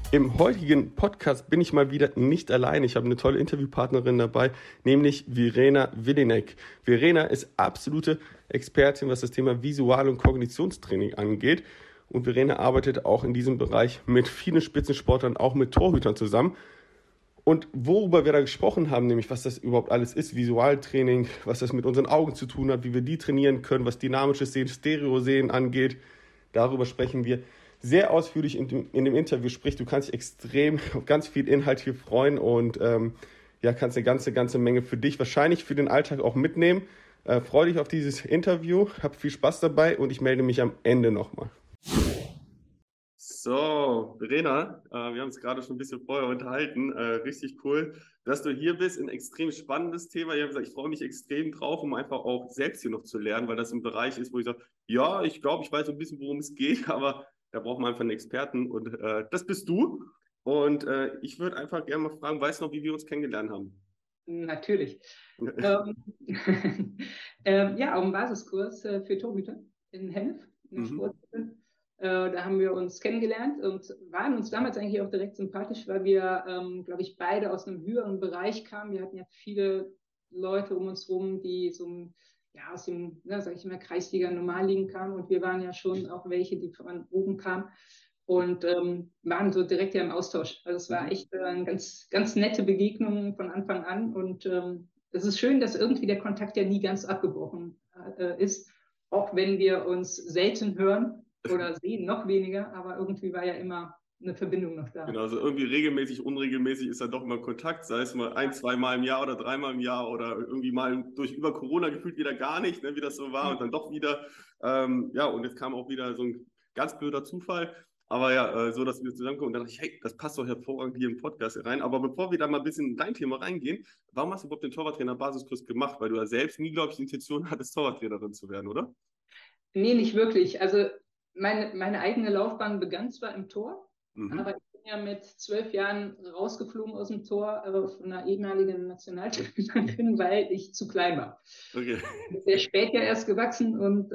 Im heutigen Podcast bin ich mal wieder nicht allein. Ich habe eine tolle Interviewpartnerin dabei, nämlich Verena Willinek. Verena ist absolute Expertin, was das Thema Visual- und Kognitionstraining angeht. Und Verena arbeitet auch in diesem Bereich mit vielen Spitzensportlern, auch mit Torhütern zusammen. Und worüber wir da gesprochen haben, nämlich was das überhaupt alles ist, Visualtraining, was das mit unseren Augen zu tun hat, wie wir die trainieren können, was dynamisches Sehen, Stereosehen angeht, darüber sprechen wir sehr ausführlich in dem Interview. Sprich, du kannst dich extrem auf ganz viel Inhalt hier freuen und ja, kannst eine ganze Menge für dich, wahrscheinlich für den Alltag auch mitnehmen. Freue dich auf dieses Interview, hab viel Spaß dabei und ich melde mich am Ende nochmal. So, Verena, wir haben uns gerade schon ein bisschen vorher unterhalten. Richtig cool, dass du hier bist. Ein extrem spannendes Thema. Ich habe gesagt, ich freue mich extrem drauf, um einfach auch selbst hier noch zu lernen, weil das ein Bereich ist, wo ich sage, ja, ich glaube, ich weiß so ein bisschen, worum es geht, aber da braucht man einfach einen Experten und das bist du. Und ich würde einfach gerne mal fragen, weißt du noch, wie wir uns kennengelernt haben? Natürlich. Ähm, ja, auf dem Basiskurs für Torhüter in Hennef, in der Mhm. Sportschule. Da haben wir uns kennengelernt und waren uns damals eigentlich auch direkt sympathisch, weil wir, glaube ich, beide aus einem höheren Bereich kamen. Wir hatten ja viele Leute um uns rum, die so ja, aus dem, ne, sag ich mal, Kreisliga, Normalligen kamen und wir waren ja schon auch welche, die von oben kamen und waren so direkt ja im Austausch. Also es war Mhm. echt eine ganz nette Begegnung von Anfang an und es ist schön, dass irgendwie der Kontakt ja nie ganz abgebrochen ist, auch wenn wir uns selten hören oder sehen, noch weniger, aber irgendwie war ja immer eine Verbindung noch Genau, da. also irgendwie regelmäßig, unregelmäßig ist da doch immer Kontakt, sei es mal ein, zweimal im Jahr oder dreimal im Jahr oder irgendwie mal durch über Corona gefühlt wieder gar nicht, ne, wie das so war und dann doch wieder. Ja, und jetzt kam auch wieder so ein ganz blöder Zufall. Aber ja, so, dass wir zusammenkommen. Und dann dachte ich, hey, das passt doch hervorragend hier im Podcast rein. Aber bevor wir da mal ein bisschen in dein Thema reingehen, warum hast du überhaupt den Torwarttrainer-Basiskurs gemacht? Weil du ja selbst nie, glaube ich, die Intention hattest, Torwarttrainerin zu werden, oder? Nee, nicht wirklich. Also meine eigene Laufbahn begann zwar im Tor, aber Mhm. ich bin ja mit 12 Jahren rausgeflogen aus dem Tor von einer ehemaligen Nationaltrainerin, weil ich zu klein war. Okay. Sehr spät ja erst gewachsen und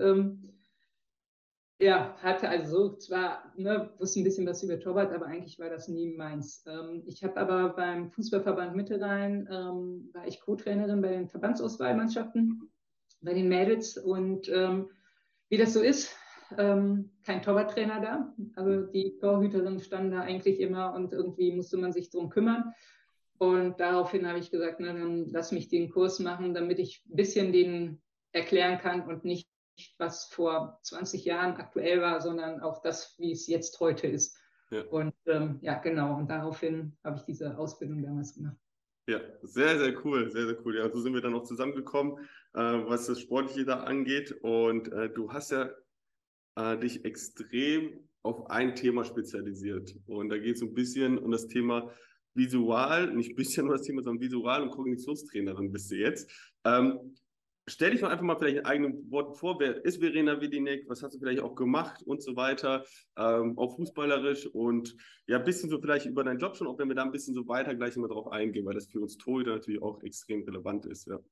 ja, hatte also so zwar, ne, wusste ein bisschen was über Torwart, aber eigentlich war das nie meins. Ich habe aber beim Fußballverband Mittelrhein, war ich Co-Trainerin bei den Verbandsauswahlmannschaften, bei den Mädels und wie das so ist, kein Torwarttrainer da. Also die Torhüterin stand da eigentlich immer und irgendwie musste man sich drum kümmern. Und daraufhin habe ich gesagt, na, dann lass mich den Kurs machen, damit ich ein bisschen den erklären kann und nicht, was vor 20 Jahren aktuell war, sondern auch das, wie es jetzt heute ist. Ja. Und ja, genau. Und daraufhin habe ich diese Ausbildung damals gemacht. Ja, sehr, sehr cool, sehr, sehr cool. Ja, so sind wir dann auch zusammengekommen, was das Sportliche da angeht. Und du hast ja dich extrem auf ein Thema spezialisiert. Und da geht es so ein bisschen um das Thema Visual, nicht ein bisschen um das Thema, sondern Visual- und Kognitionstrainerin bist du jetzt. Stell dich doch einfach mal vielleicht in eigenen Worten vor, wer ist Verena Willinek, was hast du vielleicht auch gemacht und so weiter, auch fußballerisch und ja, ein bisschen so vielleicht über deinen Job schon, auch wenn wir da ein bisschen so weiter gleich mal drauf eingehen, weil das für uns Torhüter natürlich auch extrem relevant ist, ja.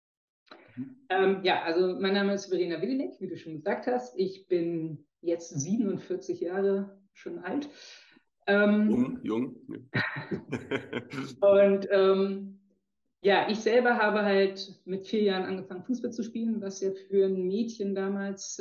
Ja, also mein Name ist Verena Willinek, wie du schon gesagt hast. Ich bin jetzt 47 Jahre schon alt. Ähm, Jung, jung. und ja, ich selber habe halt mit 4 Jahren angefangen, Fußball zu spielen, was ja für ein Mädchen damals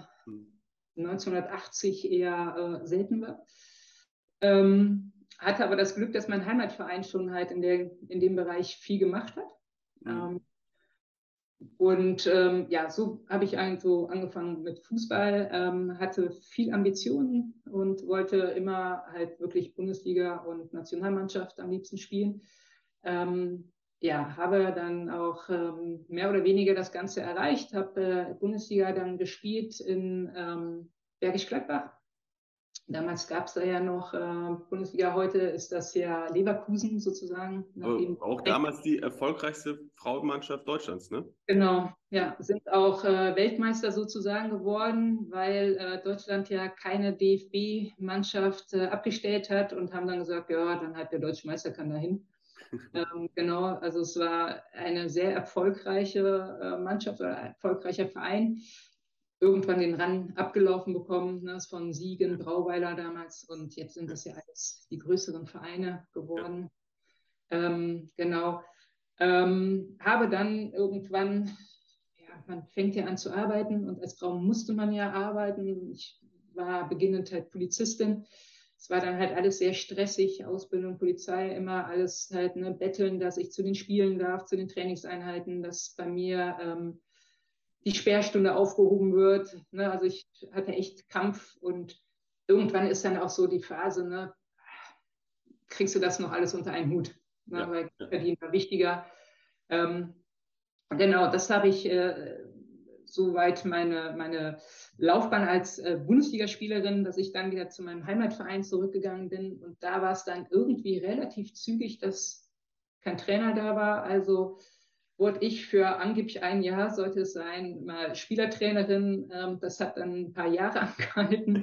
1980 eher selten war. Hatte aber das Glück, dass mein Heimatverein schon halt in dem Bereich viel gemacht hat. Ähm, und ja, so habe ich eigentlich so angefangen mit Fußball, hatte viel Ambitionen und wollte immer halt wirklich Bundesliga und Nationalmannschaft am liebsten spielen. Ja, habe dann auch mehr oder weniger das Ganze erreicht, habe Bundesliga dann gespielt in Bergisch Gladbach. Damals gab es da ja noch Bundesliga, heute ist das ja Leverkusen sozusagen, Aber nachdem auch damals die erfolgreichste Frauenmannschaft Deutschlands, ne? genau, ja, sind auch Weltmeister sozusagen geworden, weil Deutschland ja keine DFB-Mannschaft abgestellt hat und haben dann gesagt, ja, dann halt der deutsche Meister kann dahin. Genau, also es war eine sehr erfolgreiche Mannschaft oder ein erfolgreicher Verein. irgendwann den Rang abgelaufen bekommen, ne, von Siegen, Brauweiler damals. Und jetzt sind das ja alles die größeren Vereine geworden. Genau. Habe dann irgendwann, ja, man fängt ja an zu arbeiten und als Frau musste man ja arbeiten. Ich war beginnend halt Polizistin. Es war dann halt alles sehr stressig, Ausbildung, Polizei, immer alles halt, ne, betteln, dass ich zu den Spielen darf, zu den Trainingseinheiten, dass bei mir die Sperrstunde aufgehoben wird. Ne? Also ich hatte echt Kampf und irgendwann ist dann auch so die Phase, ne, kriegst du das noch alles unter einen Hut? Ne? Ja, Weil ja. Verdienen war wichtiger. Ähm, genau, das habe ich soweit meine Laufbahn als Bundesligaspielerin, dass ich dann wieder zu meinem Heimatverein zurückgegangen bin. Und da war es dann irgendwie relativ zügig, dass kein Trainer da war. Also wurde ich für angeblich ein Jahr, sollte es sein, mal Spielertrainerin. Das hat dann ein paar Jahre angehalten.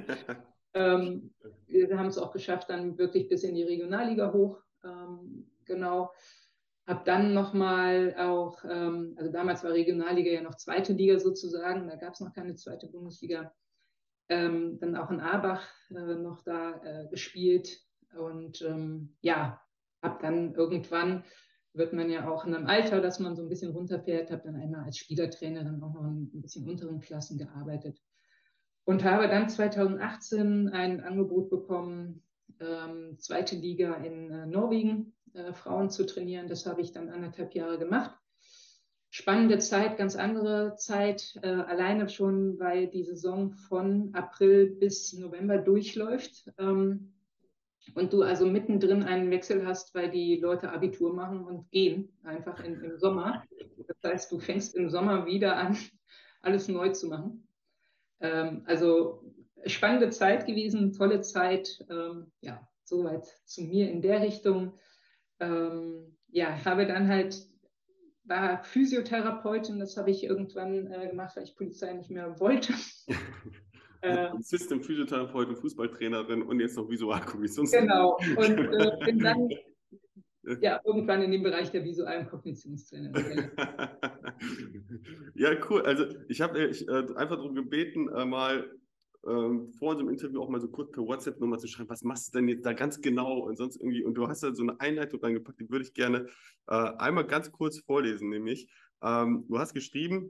Wir haben es auch geschafft, dann wirklich bis in die Regionalliga hoch. Genau. Habe dann nochmal auch, also damals war Regionalliga ja noch zweite Liga sozusagen, da gab es noch keine zweite Bundesliga. Dann auch in Aabach noch da gespielt und ja, habe dann irgendwann, wird man ja auch in einem Alter, dass man so ein bisschen runterfährt, habe dann einmal als Spielertrainerin auch noch in ein bisschen unteren Klassen gearbeitet und habe dann 2018 ein Angebot bekommen, zweite Liga in Norwegen, Frauen zu trainieren. Das habe ich dann 1,5 Jahre gemacht. Spannende Zeit, ganz andere Zeit, alleine schon, weil die Saison von April bis November durchläuft. Und du also mittendrin einen Wechsel hast, weil die Leute Abitur machen und gehen, einfach im Sommer. Das heißt, du fängst im Sommer wieder an, alles neu zu machen. Also spannende Zeit gewesen, tolle Zeit. Ja, soweit zu mir in der Richtung. Ja, habe dann halt, war Physiotherapeutin, das habe ich irgendwann gemacht, weil ich Polizei nicht mehr wollte. Also äh, Polizistin, Physiotherapeutin, Fußballtrainerin und jetzt noch Visualkommissionstrainerin. genau. Und bin dann ja irgendwann in den Bereich der visuellen Kognitionstrainerin gelangt. Ja, cool. Also ich habe einfach darum gebeten, mal vor unserem Interview auch mal so kurz per WhatsApp nochmal zu schreiben, was machst du denn jetzt da ganz genau und sonst irgendwie. Und du hast da so eine Einleitung reingepackt, die würde ich gerne einmal ganz kurz vorlesen, nämlich du hast geschrieben,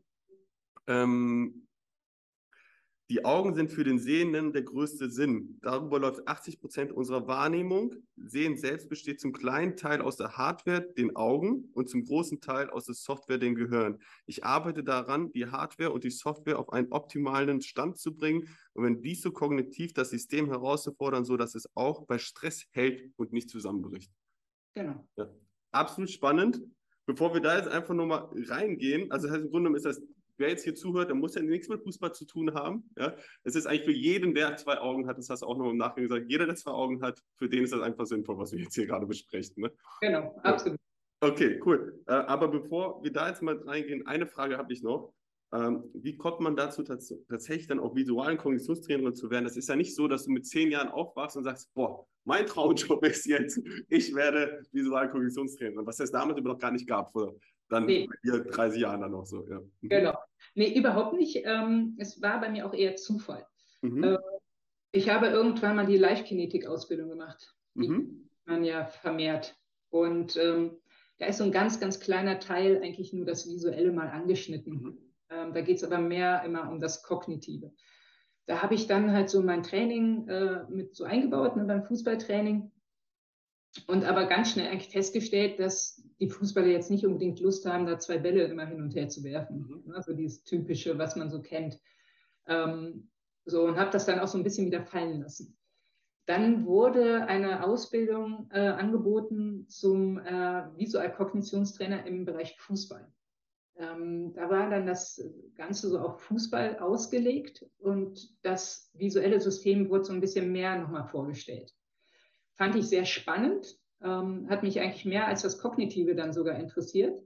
ähm, die Augen sind für den Sehenden der größte Sinn. Darüber läuft 80% unserer Wahrnehmung. Sehen selbst besteht zum kleinen Teil aus der Hardware, den Augen, und zum großen Teil aus der Software, dem Gehirn. Ich arbeite daran, die Hardware und die Software auf einen optimalen Stand zu bringen. Und wenn dies so kognitiv das System herauszufordern, so dass es auch bei Stress hält und nicht zusammenbricht. Genau. Ja. Absolut spannend. Bevor wir da jetzt einfach nochmal reingehen, also das heißt, im Grunde genommen ist das, wer jetzt hier zuhört, der muss ja nichts mit Fußball zu tun haben. Ja? Es ist eigentlich für jeden, der zwei Augen hat, das hast du auch noch im Nachgang gesagt, jeder, der zwei Augen hat, für den ist das einfach sinnvoll, was wir jetzt hier gerade besprechen. Ne? Genau, Ja. absolut. Okay, cool. Aber bevor wir da jetzt mal reingehen, eine Frage habe ich noch. Wie kommt man dazu, tatsächlich dann auch visualen Kognitionstrainerin zu werden? Das ist ja nicht so, dass du mit 10 Jahren aufwachst und sagst, boah, mein Traumjob ist jetzt, ich werde visualen Kognitionstrainerin, was es damals immer noch gar nicht gab, vor dann Nee, hier 30 Jahren dann noch so. Ja. Mhm. genau. Nee, überhaupt nicht. Es war bei mir auch eher Zufall. Äh, Mhm. Ich habe irgendwann mal die Live-Kinetik-Ausbildung gemacht. Die kriegt Mhm. man ja vermehrt. Und da ist so ein ganz, ganz kleiner Teil eigentlich nur das Visuelle mal angeschnitten. Mhm. Da geht es aber mehr immer um das Kognitive. Da habe ich dann halt so mein Training mit so eingebaut, ne, beim Fußballtraining. Und aber ganz schnell eigentlich festgestellt, dass die Fußballer jetzt nicht unbedingt Lust haben, da zwei Bälle immer hin und her zu werfen. Mhm. Also dieses Typische, was man so kennt. Ähm, so und habe das dann auch so ein bisschen wieder fallen lassen. Dann wurde eine Ausbildung angeboten zum Visualkognitionstrainer im Bereich Fußball. Da war dann das Ganze so auf Fußball ausgelegt und das visuelle System wurde so ein bisschen mehr nochmal vorgestellt. Fand ich sehr spannend, hat mich eigentlich mehr als das Kognitive dann sogar interessiert.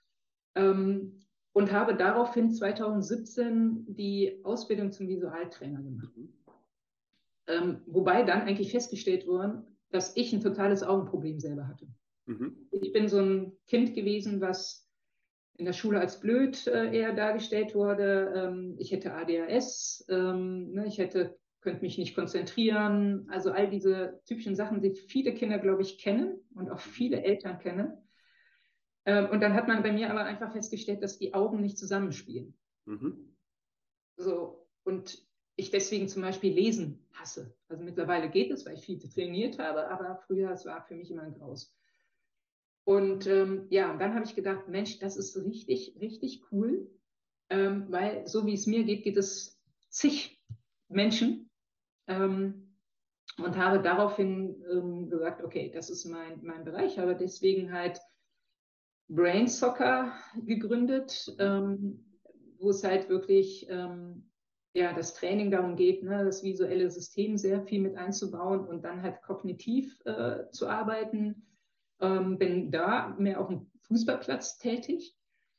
Ähm, und habe daraufhin 2017 die Ausbildung zum Visualtrainer gemacht. Mhm. Wobei dann eigentlich festgestellt wurde, dass ich ein totales Augenproblem selber hatte. Mhm. Ich bin so ein Kind gewesen, was in der Schule als blöd eher dargestellt wurde. Ich hätte ADHS, ne, könnte mich nicht konzentrieren. Also all diese typischen Sachen, die viele Kinder, glaube ich, kennen und auch viele Eltern kennen. Und dann hat man bei mir aber einfach festgestellt, dass die Augen nicht zusammenspielen. Mhm. So, und ich deswegen zum Beispiel Lesen hasse. Also mittlerweile geht es, weil ich viel trainiert habe, aber früher, es war für mich immer ein Graus. Und ja, und dann habe ich gedacht, Mensch, das ist richtig, richtig cool, weil so wie es mir geht, geht es zig Menschen. Und habe daraufhin gesagt, okay, das ist mein Bereich, habe deswegen halt Brain Soccer gegründet, wo es halt wirklich ja, das Training darum geht, ne, das visuelle System sehr viel mit einzubauen und dann halt kognitiv zu arbeiten. Bin da mehr auf dem Fußballplatz tätig.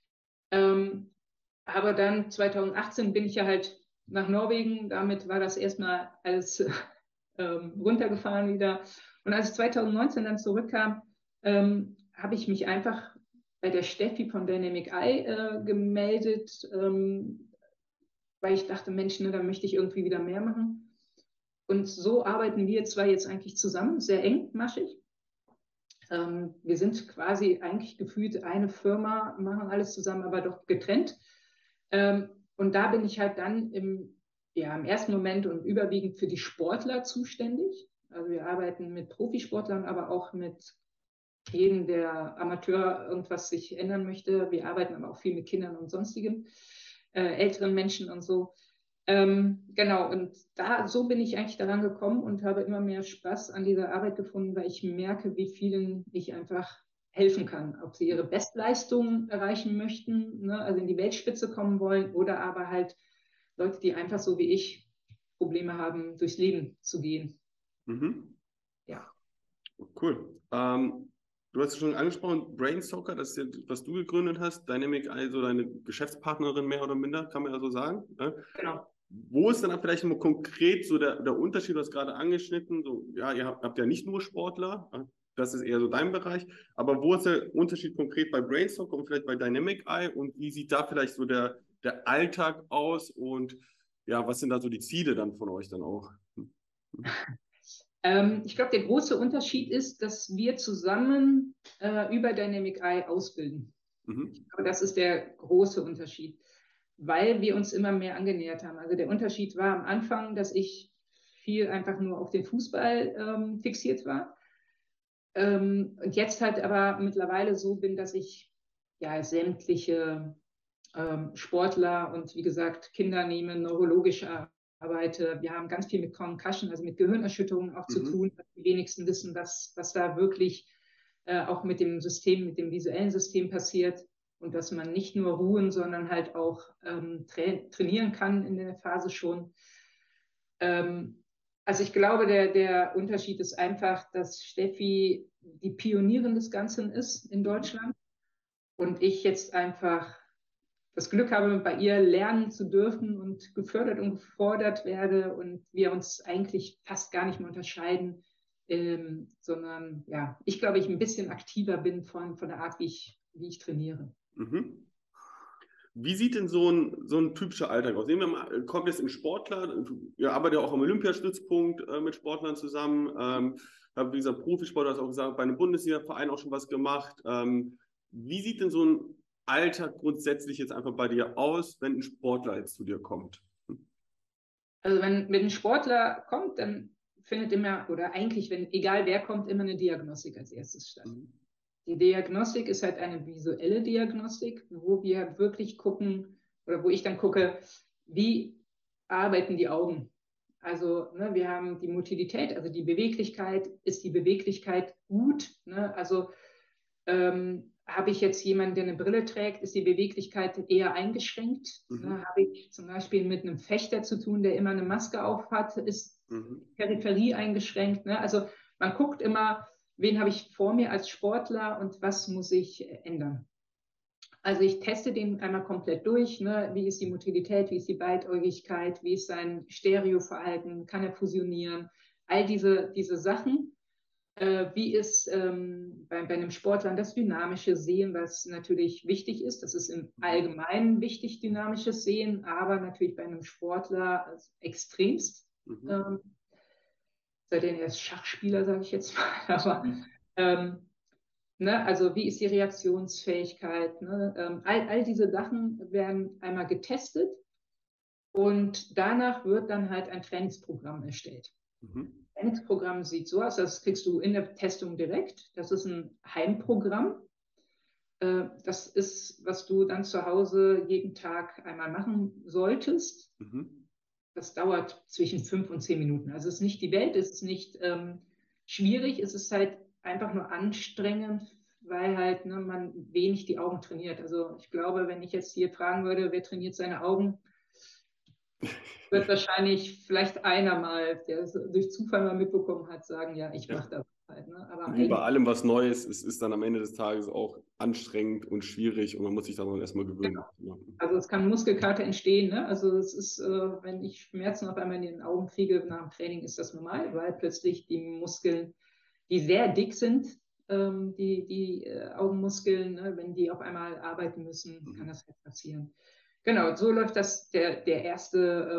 Aber dann 2018 bin ich ja halt nach Norwegen. Damit war das erstmal alles runtergefahren wieder. Und als ich 2019 dann zurückkam, habe ich mich einfach bei der Steffi von Dynamic Eye gemeldet, weil ich dachte, Mensch, ne, da möchte ich irgendwie wieder mehr machen. Und so arbeiten wir zwar jetzt eigentlich zusammen, sehr engmaschig. Wir sind quasi eigentlich gefühlt eine Firma, machen alles zusammen, aber doch getrennt. Und da bin ich halt dann im ersten Moment und überwiegend für die Sportler zuständig. Also wir arbeiten mit Profisportlern, aber auch mit jedem, der Amateur irgendwas sich ändern möchte. Wir arbeiten aber auch viel mit Kindern und sonstigen älteren Menschen und so. Genau, und so bin ich eigentlich daran gekommen und habe immer mehr Spaß an dieser Arbeit gefunden, weil ich merke, wie vielen ich einfach helfen kann, ob sie ihre Bestleistung erreichen möchten, ne, also in die Weltspitze kommen wollen oder aber halt Leute, die einfach so wie ich Probleme haben, durchs Leben zu gehen. Mhm. Ja. Cool. Du hast schon angesprochen, Brain Soccer, das ist ja, was du gegründet hast, Dynamic, also deine Geschäftspartnerin mehr oder minder, kann man ja so sagen. Ne? Genau. Wo ist dann vielleicht mal konkret so der Unterschied, du hast gerade angeschnitten, so, ja, ihr habt ja nicht nur Sportler, das ist eher so dein Bereich, aber wo ist der Unterschied konkret bei Brain Soccer und vielleicht bei Dynamic Eye und wie sieht da vielleicht so der Alltag aus und ja, was sind da so die Ziele dann von euch dann auch? Ich glaube, der große Unterschied ist, dass wir zusammen über Dynamic Eye ausbilden. Mhm. Aber das ist der große Unterschied, weil wir uns immer mehr angenähert haben. Also der Unterschied war am Anfang, dass ich viel einfach nur auf den Fußball fixiert war. Und jetzt halt aber mittlerweile so bin, dass ich ja sämtliche Sportler und wie gesagt Kinder nehme, neurologisch arbeite. Wir haben ganz viel mit Concussion, also mit Gehirnerschütterungen auch zu Mhm. tun. Die wenigsten wissen, was da wirklich auch mit dem System, mit dem visuellen System passiert und dass man nicht nur ruhen, sondern halt auch trainieren kann in der Phase schon. Also ich glaube, der Unterschied ist einfach, dass Steffi die Pionierin des Ganzen ist in Deutschland und ich jetzt einfach das Glück habe, bei ihr lernen zu dürfen und gefördert und gefordert werde und wir uns eigentlich fast gar nicht mehr unterscheiden, sondern ja, ich glaube, ich ein bisschen aktiver bin von der Art, wie ich trainiere. Mhm. Wie sieht denn so ein typischer Alltag aus? Nehmen wir mal, kommt jetzt ein Sportler, ihr arbeitet ja auch am Olympiastützpunkt mit Sportlern zusammen, habe wie gesagt Profisportler, hast auch gesagt, bei einem Bundesliga-Verein auch schon was gemacht. Wie sieht denn so ein Alltag grundsätzlich jetzt einfach bei dir aus, wenn ein Sportler jetzt zu dir kommt? Also wenn ein Sportler kommt, dann findet immer, oder eigentlich, wenn, egal wer kommt, immer eine Diagnostik als erstes statt. Mhm. Die Diagnostik ist halt eine visuelle Diagnostik, wo wir wirklich gucken, oder wo ich dann gucke, wie arbeiten die Augen. Also ne, wir haben die Motilität, also die Beweglichkeit. Ist die Beweglichkeit gut? Ne? Also habe ich jetzt jemanden, der eine Brille trägt, ist die Beweglichkeit eher eingeschränkt. Ne? Mhm. Habe ich zum Beispiel mit einem Fechter zu tun, der immer eine Maske auf hat, ist Mhm. die Peripherie eingeschränkt. Ne? Also man guckt immer, wen habe ich vor mir als Sportler und was muss ich ändern. Also ich teste den einmal komplett durch. Ne? Wie ist die Motilität, wie ist die Beidäugigkeit, wie ist sein Stereoverhalten, kann er fusionieren, all diese Sachen. Wie ist bei einem Sportler das dynamische Sehen, was natürlich wichtig ist. Das ist im Allgemeinen wichtig, dynamisches Sehen, aber natürlich bei einem Sportler extremst. Seitdem er ist Schachspieler, sage ich jetzt mal. Aber ne, also wie ist die Reaktionsfähigkeit? Ne? All diese Sachen werden einmal getestet und danach wird dann halt ein Trainingsprogramm erstellt. Trainingsprogramm sieht so aus, das kriegst du in der Testung direkt. Das ist ein Heimprogramm. Das ist, was du dann zu Hause jeden Tag einmal machen solltest. Das dauert zwischen 5 und 10 Minuten. Also es ist nicht die Welt, es ist nicht schwierig, es ist halt einfach nur anstrengend, weil halt man wenig die Augen trainiert. Also ich glaube, wenn ich jetzt hier fragen würde, wer trainiert seine Augen, wird wahrscheinlich vielleicht einer mal, der es durch Zufall mal mitbekommen hat, sagen, ja, ich mache das halt. Ne? Aber wie bei allem was Neues, es ist dann am Ende des Tages auch anstrengend und schwierig und man muss sich daran erstmal gewöhnen. Genau. Also es kann Muskelkater entstehen. Ne? Also es ist, wenn ich Schmerzen auf einmal in den Augen kriege nach dem Training, ist das normal, weil plötzlich die Muskeln, die sehr dick sind, die Augenmuskeln, ne? Wenn die auf einmal arbeiten müssen, kann das halt passieren. Genau, so läuft das das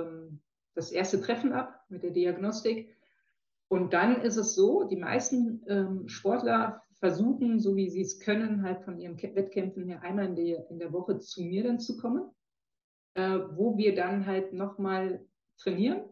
erste Treffen ab mit der Diagnostik. Und dann ist es so, die meisten Sportler versuchen, so wie sie es können, halt von ihren Wettkämpfen her einmal in der Woche zu mir dann zu kommen, wo wir dann halt nochmal trainieren.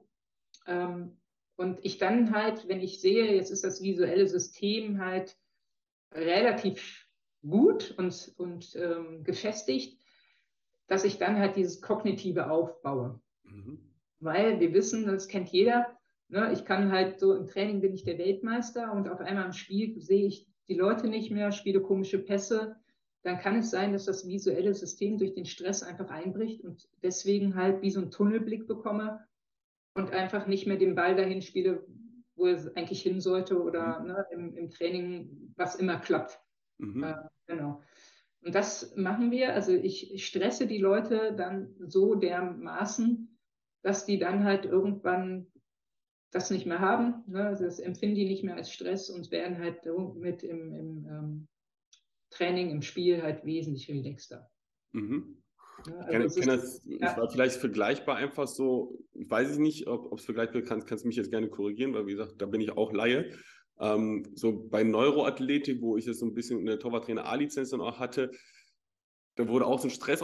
Und ich dann halt, wenn ich sehe, jetzt ist das visuelle System halt relativ gut und gefestigt, dass ich dann halt dieses Kognitive aufbaue. Weil wir wissen, das kennt jeder, ne, ich kann halt so im Training bin ich der Weltmeister und auf einmal im Spiel sehe ich die Leute nicht mehr, spiele komische Pässe. Dann kann es sein, dass das visuelle System durch den Stress einfach einbricht und deswegen halt wie so einen Tunnelblick bekomme und einfach nicht mehr den Ball dahin spiele, wo es eigentlich hin sollte oder ne, im Training, was immer klappt. Genau. Und das machen wir. Also ich stresse die Leute dann so dermaßen, dass die dann halt irgendwann das nicht mehr haben. Ne? Also das empfinden die nicht mehr als Stress und werden halt mit im Training, im Spiel halt wesentlich relaxter. Ja, also ich kenne das, ja. War vielleicht vergleichbar einfach so, ich weiß nicht, ob es vergleichbar ist, kannst du mich jetzt gerne korrigieren, weil wie gesagt, da bin ich auch Laie. So bei Neuroathletik, wo ich das so ein bisschen in der Torwarttrainer A-Lizenz dann auch hatte, da wurde auch so ein Stress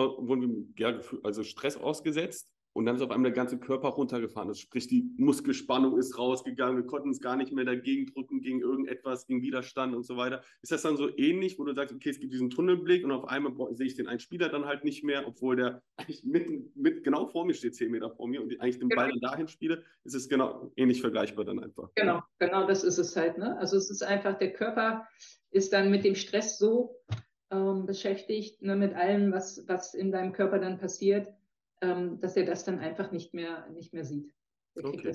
also Stress ausgesetzt und dann ist auf einmal der ganze Körper runtergefahren. Das sprich, die Muskelspannung ist rausgegangen, wir konnten es gar nicht mehr dagegen drücken, gegen irgendetwas, gegen Widerstand und so weiter. Ist das dann so ähnlich, wo du sagst, okay, es gibt diesen Tunnelblick und auf einmal sehe ich den einen Spieler dann halt nicht mehr, obwohl der eigentlich mit genau vor mir steht, 10 Meter vor mir und eigentlich den Ball dann dahin spiele, ist es genau ähnlich vergleichbar dann einfach. Genau, das ist es halt. Ne? Also es ist einfach, der Körper ist dann mit dem Stress so beschäftigt, ne, mit allem, was in deinem Körper dann passiert, dass er das dann einfach nicht mehr sieht. Okay.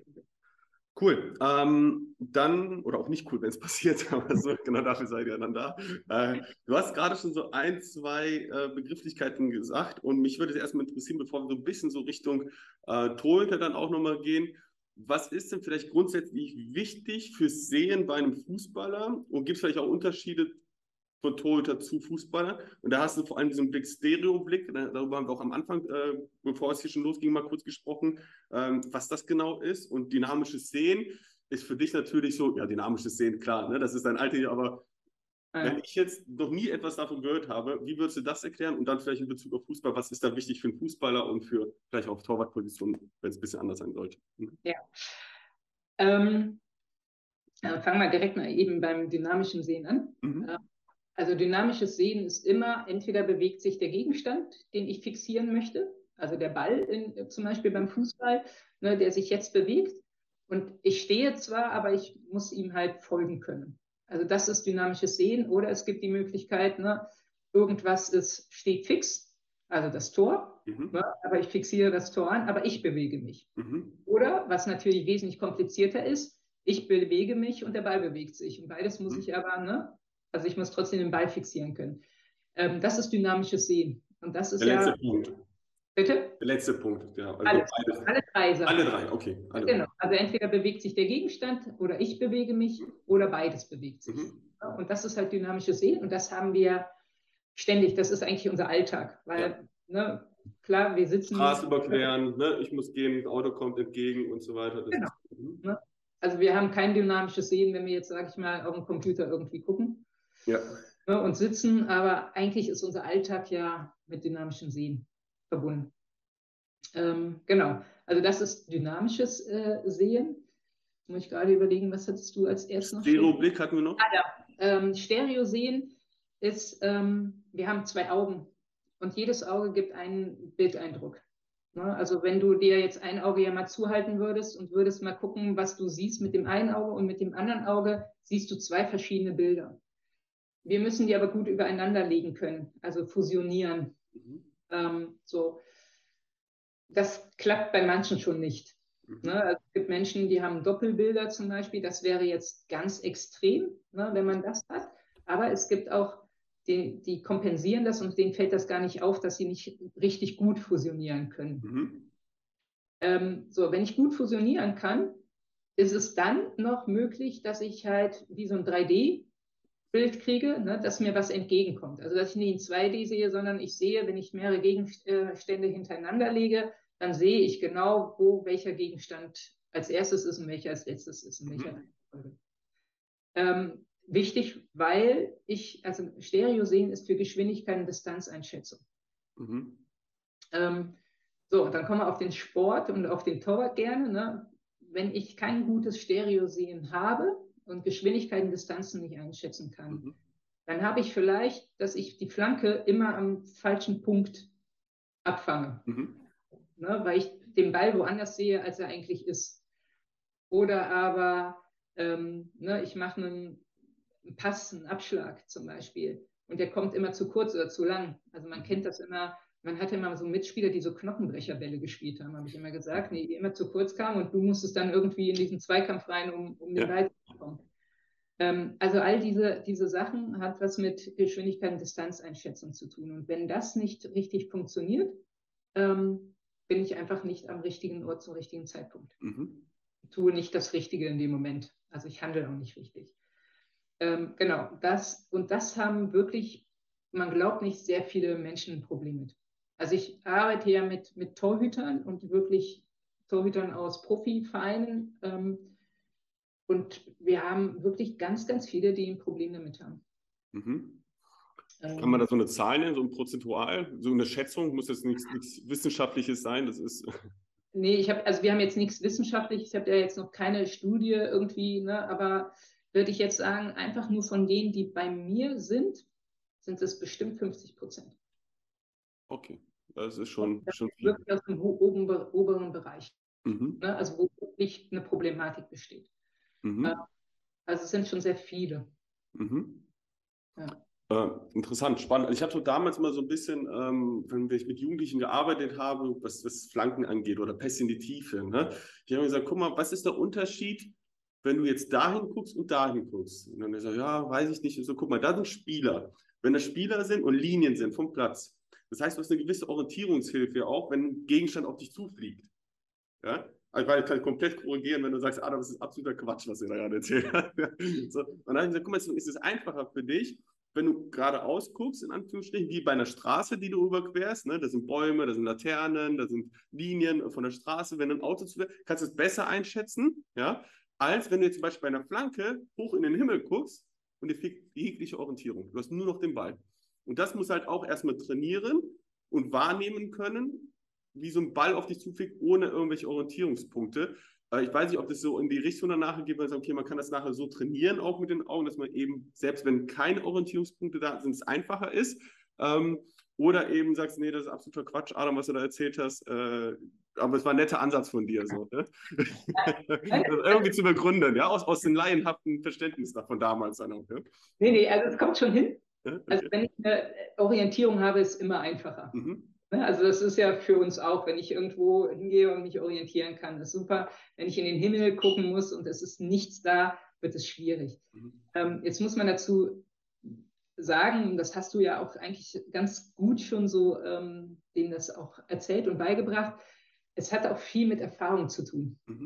Cool. Dann, oder auch nicht cool, wenn es passiert, aber so, genau dafür seid ihr dann da. Du hast gerade schon so 1, 2 Begrifflichkeiten gesagt und mich würde es erstmal interessieren, bevor wir so ein bisschen so Richtung Torhüter dann auch nochmal gehen. Was ist denn vielleicht grundsätzlich wichtig fürs Sehen bei einem Fußballer und gibt es vielleicht auch Unterschiede von Torhüter zu Fußballer? Und da hast du vor allem diesen Blick, Stereoblick, darüber haben wir auch am Anfang, bevor es hier schon losging, mal kurz gesprochen, was das genau ist. Und dynamisches Sehen ist für dich natürlich so, ja, dynamisches Sehen, klar, ne, das ist dein Alter hier, aber wenn ich jetzt noch nie etwas davon gehört habe, wie würdest du das erklären? Und dann vielleicht in Bezug auf Fußball, was ist da wichtig für einen Fußballer und für vielleicht auch Torwartposition, wenn es ein bisschen anders sein sollte? Ja. Fangen wir direkt mal eben beim dynamischen Sehen an. Also dynamisches Sehen ist immer, entweder bewegt sich der Gegenstand, den ich fixieren möchte, also der Ball zum Beispiel beim Fußball, ne, der sich jetzt bewegt. Und ich stehe zwar, aber ich muss ihm halt folgen können. Also das ist dynamisches Sehen. Oder es gibt die Möglichkeit, ne, irgendwas steht fix, also das Tor, ne, aber ich fixiere das Tor an, aber ich bewege mich. Oder, was natürlich wesentlich komplizierter ist, ich bewege mich und der Ball bewegt sich. Und beides muss ich aber, ne, also ich muss trotzdem den Ball fixieren können. Das ist dynamisches Sehen. Und das ist der letzte Punkt. Bitte? Der letzte Punkt, ja. Also alle 3 Sachen. Alle 3, okay. Genau. Also entweder bewegt sich der Gegenstand oder ich bewege mich oder beides bewegt sich. Und das ist halt dynamisches Sehen und das haben wir ständig. Das ist eigentlich unser Alltag, weil, ne, klar, wir sitzen... Straße überqueren, ne? Ich muss gehen, das Auto kommt entgegen und so weiter. Das genau. Ne? Also wir haben kein dynamisches Sehen, wenn wir jetzt, sage ich mal, auf dem Computer irgendwie gucken und sitzen, aber eigentlich ist unser Alltag ja mit dynamischem Sehen verbunden. Genau, also das ist dynamisches Sehen. Muss ich gerade überlegen, was hattest du als erstes noch? Stereoblick hatten wir noch. Stereosehen ist, wir haben 2 Augen und jedes Auge gibt einen Bildeindruck. Ne? Also wenn du dir jetzt ein Auge ja mal zuhalten würdest und würdest mal gucken, was du siehst mit dem einen Auge und mit dem anderen Auge, siehst du 2 verschiedene Bilder. Wir müssen die aber gut übereinander legen können, also fusionieren. So. Das klappt bei manchen schon nicht. Ne? Also es gibt Menschen, die haben Doppelbilder zum Beispiel. Das wäre jetzt ganz extrem, ne, wenn man das hat. Aber es gibt auch, die kompensieren das und denen fällt das gar nicht auf, dass sie nicht richtig gut fusionieren können. So, wenn ich gut fusionieren kann, ist es dann noch möglich, dass ich halt wie so ein 3D-Bild kriege, ne, dass mir was entgegenkommt. Also dass ich nicht in 2D sehe, sondern ich sehe, wenn ich mehrere Gegenstände hintereinander lege, dann sehe ich genau, wo welcher Gegenstand als erstes ist und welcher als letztes ist, in welcher Reihenfolge. Wichtig, weil also Stereo sehen ist für Geschwindigkeit und Distanzeinschätzung. So, und dann kommen wir auf den Sport und auf den Torwart gerne. Ne? Wenn ich kein gutes Stereo-Sehen habe und Geschwindigkeit und Distanzen nicht einschätzen kann, dann habe ich vielleicht, dass ich die Flanke immer am falschen Punkt abfange. Ne? Weil ich den Ball woanders sehe, als er eigentlich ist. Oder aber ne, ich mache einen Pass, einen Abschlag zum Beispiel und der kommt immer zu kurz oder zu lang. Also man kennt das immer, man hatte immer so Mitspieler, die so Knochenbrecherbälle gespielt haben, habe ich immer gesagt, die immer zu kurz kamen und du musstest dann irgendwie in diesen Zweikampf rein, um den Ball zu bekommen. Also all diese Sachen hat was mit Geschwindigkeit und Distanzeinschätzung zu tun. Und wenn das nicht richtig funktioniert, bin ich einfach nicht am richtigen Ort zum richtigen Zeitpunkt. Tue nicht das Richtige in dem Moment. Also ich handle auch nicht richtig. Genau, das haben wirklich, man glaubt nicht, sehr viele Menschen ein Problem mit. Also ich arbeite ja mit Torhütern und wirklich Torhütern aus Profivereinen und wir haben wirklich ganz, ganz viele, die ein Problem damit haben. Kann man da so eine Zahl nennen, so ein Prozentual, so eine Schätzung? Muss das nichts Wissenschaftliches sein? Das ist... Nee, also wir haben jetzt nichts Wissenschaftliches, ich habe ja jetzt noch keine Studie irgendwie, ne, aber würde ich jetzt sagen, einfach nur von denen, die bei mir sind es bestimmt 50%. Okay, das ist schon viel. Wirklich aus dem oberen Bereich, ne, also wo wirklich eine Problematik besteht. Also es sind schon sehr viele. Interessant, spannend. Ich hatte damals mal so ein bisschen, wenn ich mit Jugendlichen gearbeitet habe, was das Flanken angeht oder Pässe in die Tiefe. Ne? Ich habe gesagt, guck mal, was ist der Unterschied, wenn du jetzt dahin guckst und dahin guckst? Und dann gesagt, ja, weiß ich nicht. So, guck mal, da sind Spieler. Wenn das Spieler sind und Linien sind vom Platz, das heißt, du hast eine gewisse Orientierungshilfe auch, wenn ein Gegenstand auf dich zufliegt. Ja? Also, weil ich kann komplett korrigieren, wenn du sagst, das ist absoluter Quatsch, was ihr da gerade erzählt habt. So, und dann habe ich gesagt, guck mal, ist es einfacher für dich, wenn du geradeaus guckst, in Anführungsstrichen, wie bei einer Straße, die du überquerst, ne? Da sind Bäume, da sind Laternen, da sind Linien von der Straße. Wenn du ein Auto zulässt, kannst du es besser einschätzen, ja, als wenn du jetzt zum Beispiel bei einer Flanke hoch in den Himmel guckst und dir fehlt jegliche Orientierung. Du hast nur noch den Ball. Und das muss halt auch erstmal trainieren und wahrnehmen können, wie so ein Ball auf dich zufliegt, ohne irgendwelche Orientierungspunkte. Ich weiß nicht, ob das so in die Richtung danach geht, weil man sagt, okay, man kann das nachher so trainieren, auch mit den Augen, dass man eben, selbst wenn keine Orientierungspunkte da sind, es einfacher ist. Oder eben sagst, nee, das ist absoluter Quatsch, Adam, was du da erzählt hast. Aber es war ein netter Ansatz von dir, so. Ne? Das irgendwie zu begründen, ja, aus dem laienhaften Verständnis davon damals dann auch. Ja? Nee, also es kommt schon hin. Okay. Also wenn ich eine Orientierung habe, ist es immer einfacher. Also das ist ja für uns auch, wenn ich irgendwo hingehe und mich orientieren kann, ist super. Wenn ich in den Himmel gucken muss und es ist nichts da, wird es schwierig. Jetzt muss man dazu sagen, das hast du ja auch eigentlich ganz gut schon so denen das auch erzählt und beigebracht, es hat auch viel mit Erfahrung zu tun.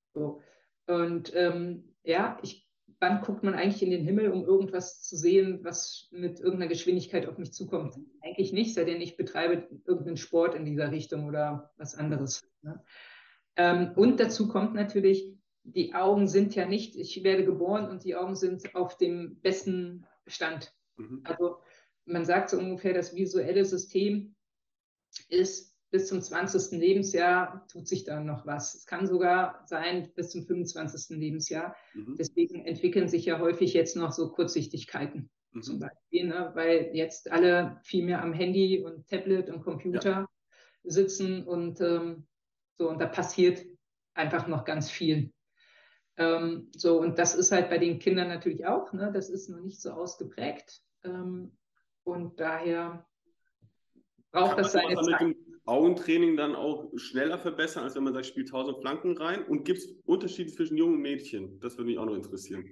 So. Und wann guckt man eigentlich in den Himmel, um irgendwas zu sehen, was mit irgendeiner Geschwindigkeit auf mich zukommt? Eigentlich nicht, sei denn ich betreibe irgendeinen Sport in dieser Richtung oder was anderes. Ne? Und dazu kommt natürlich, die Augen sind ja nicht, ich werde geboren und die Augen sind auf dem besten Stand. Also man sagt so ungefähr, das visuelle System ist bis zum 20. Lebensjahr tut sich dann noch was. Es kann sogar sein bis zum 25. Lebensjahr. Deswegen entwickeln sich ja häufig jetzt noch so Kurzsichtigkeiten zum Beispiel, ne? Weil jetzt alle viel mehr am Handy und Tablet und Computer sitzen und und da passiert einfach noch ganz viel. Und das ist halt bei den Kindern natürlich auch, ne? Das ist noch nicht so ausgeprägt. Und daher braucht das seine Kann man Zeit. mit dem Augentraining dann auch schneller verbessern, als wenn man sagt, spielt 1000 Flanken rein? Und gibt es Unterschiede zwischen jungen und Mädchen? Das würde mich auch noch interessieren.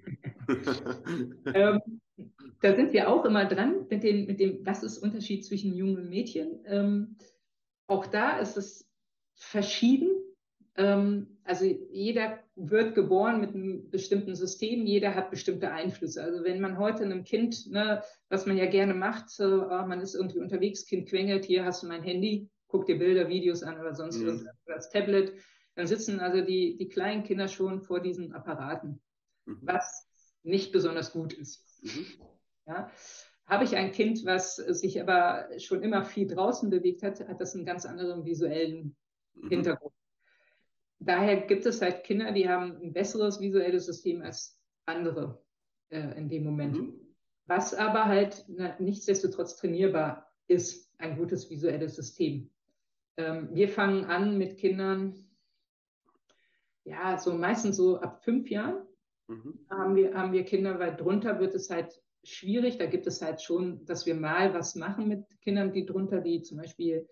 Da sind wir auch immer dran mit dem, was ist der Unterschied zwischen Jungen und Mädchen? Auch da ist es verschieden. Also jeder wird geboren mit einem bestimmten System, jeder hat bestimmte Einflüsse. Also wenn man heute einem Kind, ne, was man ja gerne macht, man ist irgendwie unterwegs, Kind quengelt, hier hast du mein Handy, guck dir Bilder, Videos an oder sonst irgendwas, oder das Tablet, dann sitzen also die kleinen Kinder schon vor diesen Apparaten, was nicht besonders gut ist. Ja. Habe ich ein Kind, was sich aber schon immer viel draußen bewegt hat, hat das einen ganz anderen visuellen Hintergrund. Daher gibt es halt Kinder, die haben ein besseres visuelles System als andere in dem Moment. Was aber halt nichtsdestotrotz trainierbar ist, ein gutes visuelles System. Wir fangen an mit Kindern, ja, so meistens so ab 5 Jahren haben wir Kinder, weil drunter wird es halt schwierig. Da gibt es halt schon, dass wir mal was machen mit Kindern, die drunter, die zum Beispiel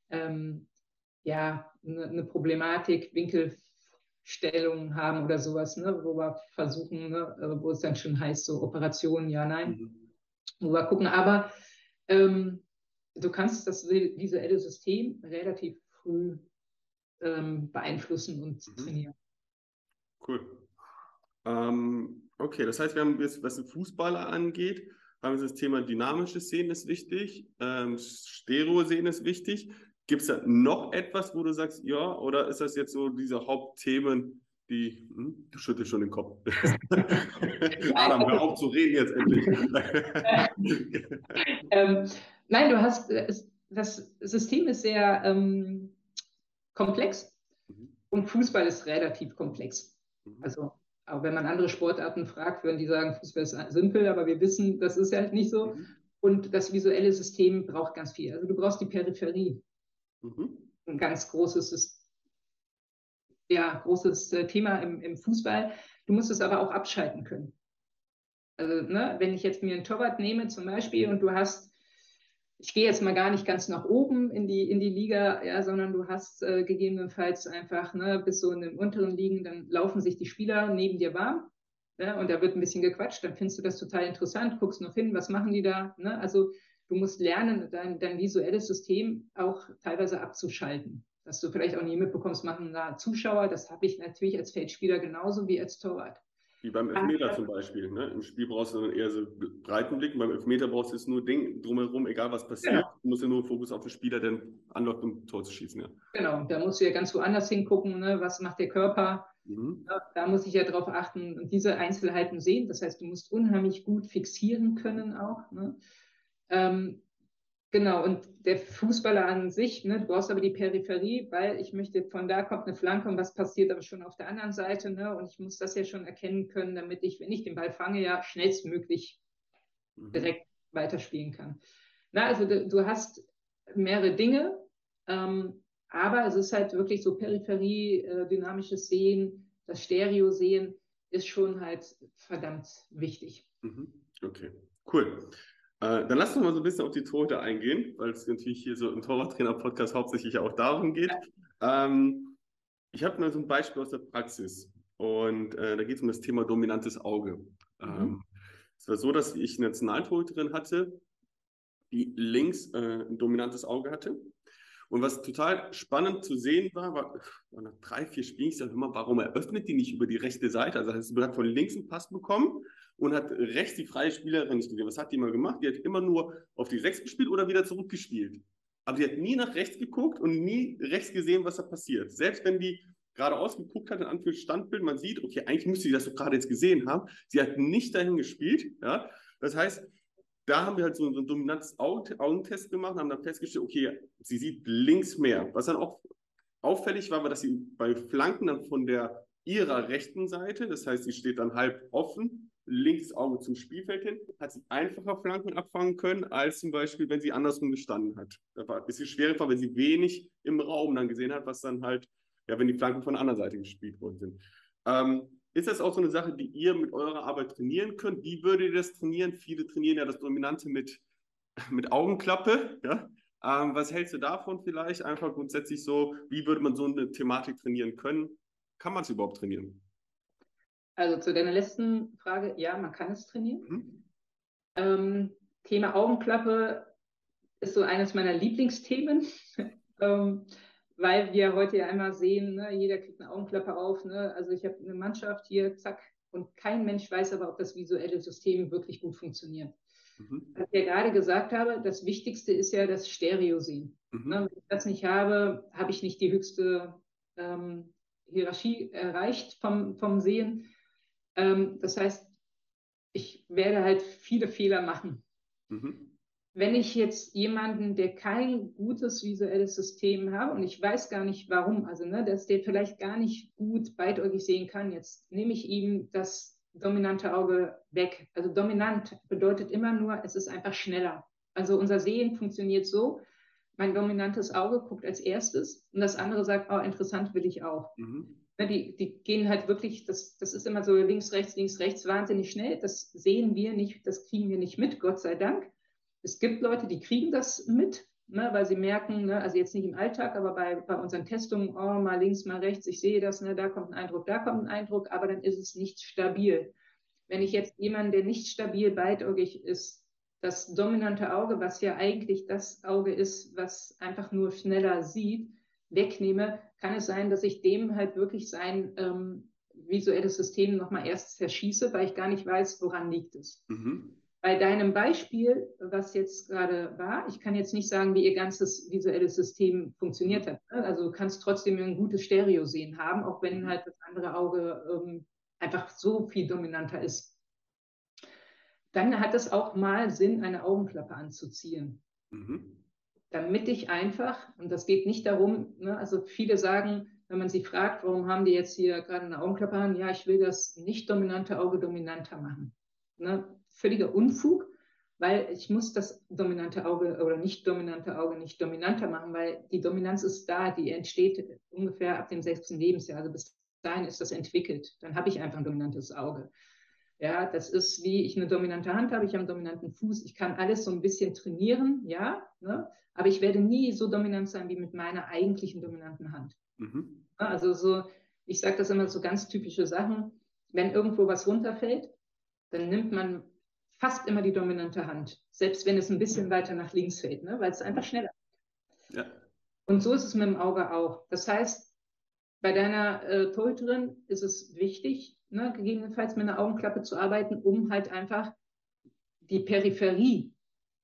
eine Problematik, Winkelstellungen haben oder sowas, ne, wo wir versuchen, ne, wo es dann schon heißt, so Operationen, ja, nein, wo wir gucken. Aber du kannst das visuelle System relativ früh beeinflussen und trainieren. Cool. Okay, das heißt, wir haben jetzt, was den Fußballer angeht, haben wir das Thema dynamisches Sehen ist wichtig, Stereo sehen ist wichtig. Gibt es da noch etwas, wo du sagst, ja, oder ist das jetzt so diese Hauptthemen, die, du schüttelst schon den Kopf. Adam, hör auf zu reden jetzt endlich. Nein, du hast, das System ist sehr komplex und Fußball ist relativ komplex. Also auch wenn man andere Sportarten fragt, würden die sagen, Fußball ist simpel, aber wir wissen, das ist halt nicht so. Und das visuelle System braucht ganz viel. Also du brauchst die Peripherie. Ein ganz großes Thema im Fußball. Du musst es aber auch abschalten können. Also ne, wenn ich jetzt mir einen Torwart nehme zum Beispiel und du hast, ich gehe jetzt mal gar nicht ganz nach oben in die Liga, ja, sondern du hast gegebenenfalls einfach, ne, bis so in den unteren Ligen, dann laufen sich die Spieler neben dir warm, ja, und da wird ein bisschen gequatscht, dann findest du das total interessant, guckst noch hin, was machen die da, ne? Also du musst lernen, dein visuelles System auch teilweise abzuschalten, dass du vielleicht auch nie mitbekommst, machen da Zuschauer, das habe ich natürlich als Feldspieler genauso wie als Torwart. Wie beim Elfmeter zum Beispiel. Ne? Im Spiel brauchst du dann eher so breiten Blick. Beim Elfmeter brauchst du jetzt nur Ding drumherum, egal was passiert. Genau. Du musst ja nur Fokus auf den Spieler, der anläuft, um Tor zu schießen. Ja. Genau, da musst du ja ganz woanders hingucken, ne? Was macht der Körper. Da muss ich ja drauf achten und diese Einzelheiten sehen. Das heißt, du musst unheimlich gut fixieren können auch. Ne? Genau, und der Fußballer an sich, ne, du brauchst aber die Peripherie, weil ich möchte, von da kommt eine Flanke und was passiert aber schon auf der anderen Seite, ne? Und ich muss das ja schon erkennen können, damit ich, wenn ich den Ball fange, ja schnellstmöglich direkt weiterspielen kann. Na, also du hast mehrere Dinge, aber es ist halt wirklich so Peripherie, dynamisches Sehen, das Stereo-Sehen ist schon halt verdammt wichtig. Okay, cool. Dann lass uns mal so ein bisschen auf die Torhüter eingehen, weil es natürlich hier so im Torwarttrainer-Podcast hauptsächlich auch darum geht. Ich habe mal so ein Beispiel aus der Praxis und da geht es um das Thema dominantes Auge. Es war so, dass ich eine Nationaltorhüterin hatte, die links ein dominantes Auge hatte Und was total spannend zu sehen war nach 3, 4 Spielen, ich sage immer, warum eröffnet die nicht über die rechte Seite? Also er hat von links einen Pass bekommen und hat rechts die freie Spielerin nicht gesehen. Was hat die mal gemacht? Die hat immer nur auf die 6 gespielt oder wieder zurückgespielt. Aber die hat nie nach rechts geguckt und nie rechts gesehen, was da passiert. Selbst wenn die geradeaus geguckt hat, in Anführungszeichen Standbild, man sieht, okay, eigentlich müsste sie das doch gerade jetzt gesehen haben. Sie hat nicht dahin gespielt. Ja? Das heißt, da haben wir halt so einen dominantes Augentest gemacht und haben dann festgestellt, okay, sie sieht links mehr. Was dann auch auffällig war, dass sie bei Flanken dann von ihrer rechten Seite, das heißt, sie steht dann halb offen, linkes Auge zum Spielfeld hin, hat sie einfacher Flanken abfangen können, als zum Beispiel, wenn sie andersrum gestanden hat. Da war ein bisschen schwerer, weil sie wenig im Raum dann gesehen hat, was dann halt, ja, wenn die Flanken von der anderen Seite gespielt worden sind. Ist das auch so eine Sache, die ihr mit eurer Arbeit trainieren könnt? Wie würdet ihr das trainieren? Viele trainieren ja das Dominante mit Augenklappe. Ja? Was hältst du davon vielleicht? Einfach grundsätzlich so, wie würde man so eine Thematik trainieren können? Kann man es überhaupt trainieren? Also zu deiner letzten Frage, ja, man kann es trainieren. Mhm. Thema Augenklappe ist so eines meiner Lieblingsthemen, weil wir heute ja einmal sehen, ne, jeder kriegt eine Augenklappe auf. Ne? Also ich habe eine Mannschaft hier, zack, und kein Mensch weiß aber, ob das visuelle System wirklich gut funktioniert. Mhm. Was ich ja gerade gesagt habe, das Wichtigste ist ja das Stereosehen. Mhm. Ne? Wenn ich das nicht habe, habe ich nicht die höchste Hierarchie erreicht vom Sehen. Das heißt, ich werde halt viele Fehler machen. Mhm. Wenn ich jetzt jemanden, der kein gutes visuelles System habe und ich weiß gar nicht warum, also ne, dass der vielleicht gar nicht gut beidäugig sehen kann, jetzt nehme ich ihm das dominante Auge weg. Also dominant bedeutet immer nur, es ist einfach schneller. Also unser Sehen funktioniert so, mein dominantes Auge guckt als erstes und das andere sagt, oh, interessant will ich auch. Mhm. Die gehen halt wirklich, das ist immer so links, rechts, wahnsinnig schnell. Das sehen wir nicht, das kriegen wir nicht mit, Gott sei Dank. Es gibt Leute, die kriegen das mit, ne, weil sie merken, ne, also jetzt nicht im Alltag, aber bei unseren Testungen, oh, mal links, mal rechts, ich sehe das, ne, da kommt ein Eindruck, da kommt ein Eindruck, aber dann ist es nicht stabil. Wenn ich jetzt jemanden, der nicht stabil beidäugig ist, das dominante Auge, was ja eigentlich das Auge ist, was einfach nur schneller sieht, wegnehme, kann es sein, dass ich dem halt wirklich sein visuelles System nochmal erst zerschieße, weil ich gar nicht weiß, woran liegt es. Mhm. Bei deinem Beispiel, was jetzt gerade war, ich kann jetzt nicht sagen, wie ihr ganzes visuelles System funktioniert hat. Ne? Also du kannst trotzdem ein gutes Stereosehen haben, auch wenn halt das andere Auge einfach so viel dominanter ist. Dann hat es auch mal Sinn, eine Augenklappe anzuziehen. Mhm. Damit ich einfach, und das geht nicht darum, ne, also viele sagen, wenn man sie fragt, warum haben die jetzt hier gerade eine Augenklappe an? Ja, ich will das nicht dominante Auge dominanter machen. Ne? Völliger Unfug, weil ich muss das dominante Auge oder nicht dominante Auge nicht dominanter machen, weil die Dominanz ist da, die entsteht ungefähr ab dem 6. Lebensjahr. Also bis dahin ist das entwickelt. Dann habe ich einfach ein dominantes Auge. Ja, das ist wie ich eine dominante Hand habe, ich habe einen dominanten Fuß. Ich kann alles so ein bisschen trainieren, ja, ne? Aber ich werde nie so dominant sein wie mit meiner eigentlichen dominanten Hand. Mhm. Also so, ich sage das immer so ganz typische Sachen. Wenn irgendwo was runterfällt, dann nimmt man fast immer die dominante Hand, selbst wenn es ein bisschen weiter nach links fällt, ne? Weil es einfach schneller ist. Ja. Und so ist es mit dem Auge auch. Das heißt, bei deiner Torhüterin ist es wichtig, ne, gegebenenfalls mit einer Augenklappe zu arbeiten, um halt einfach die Peripherie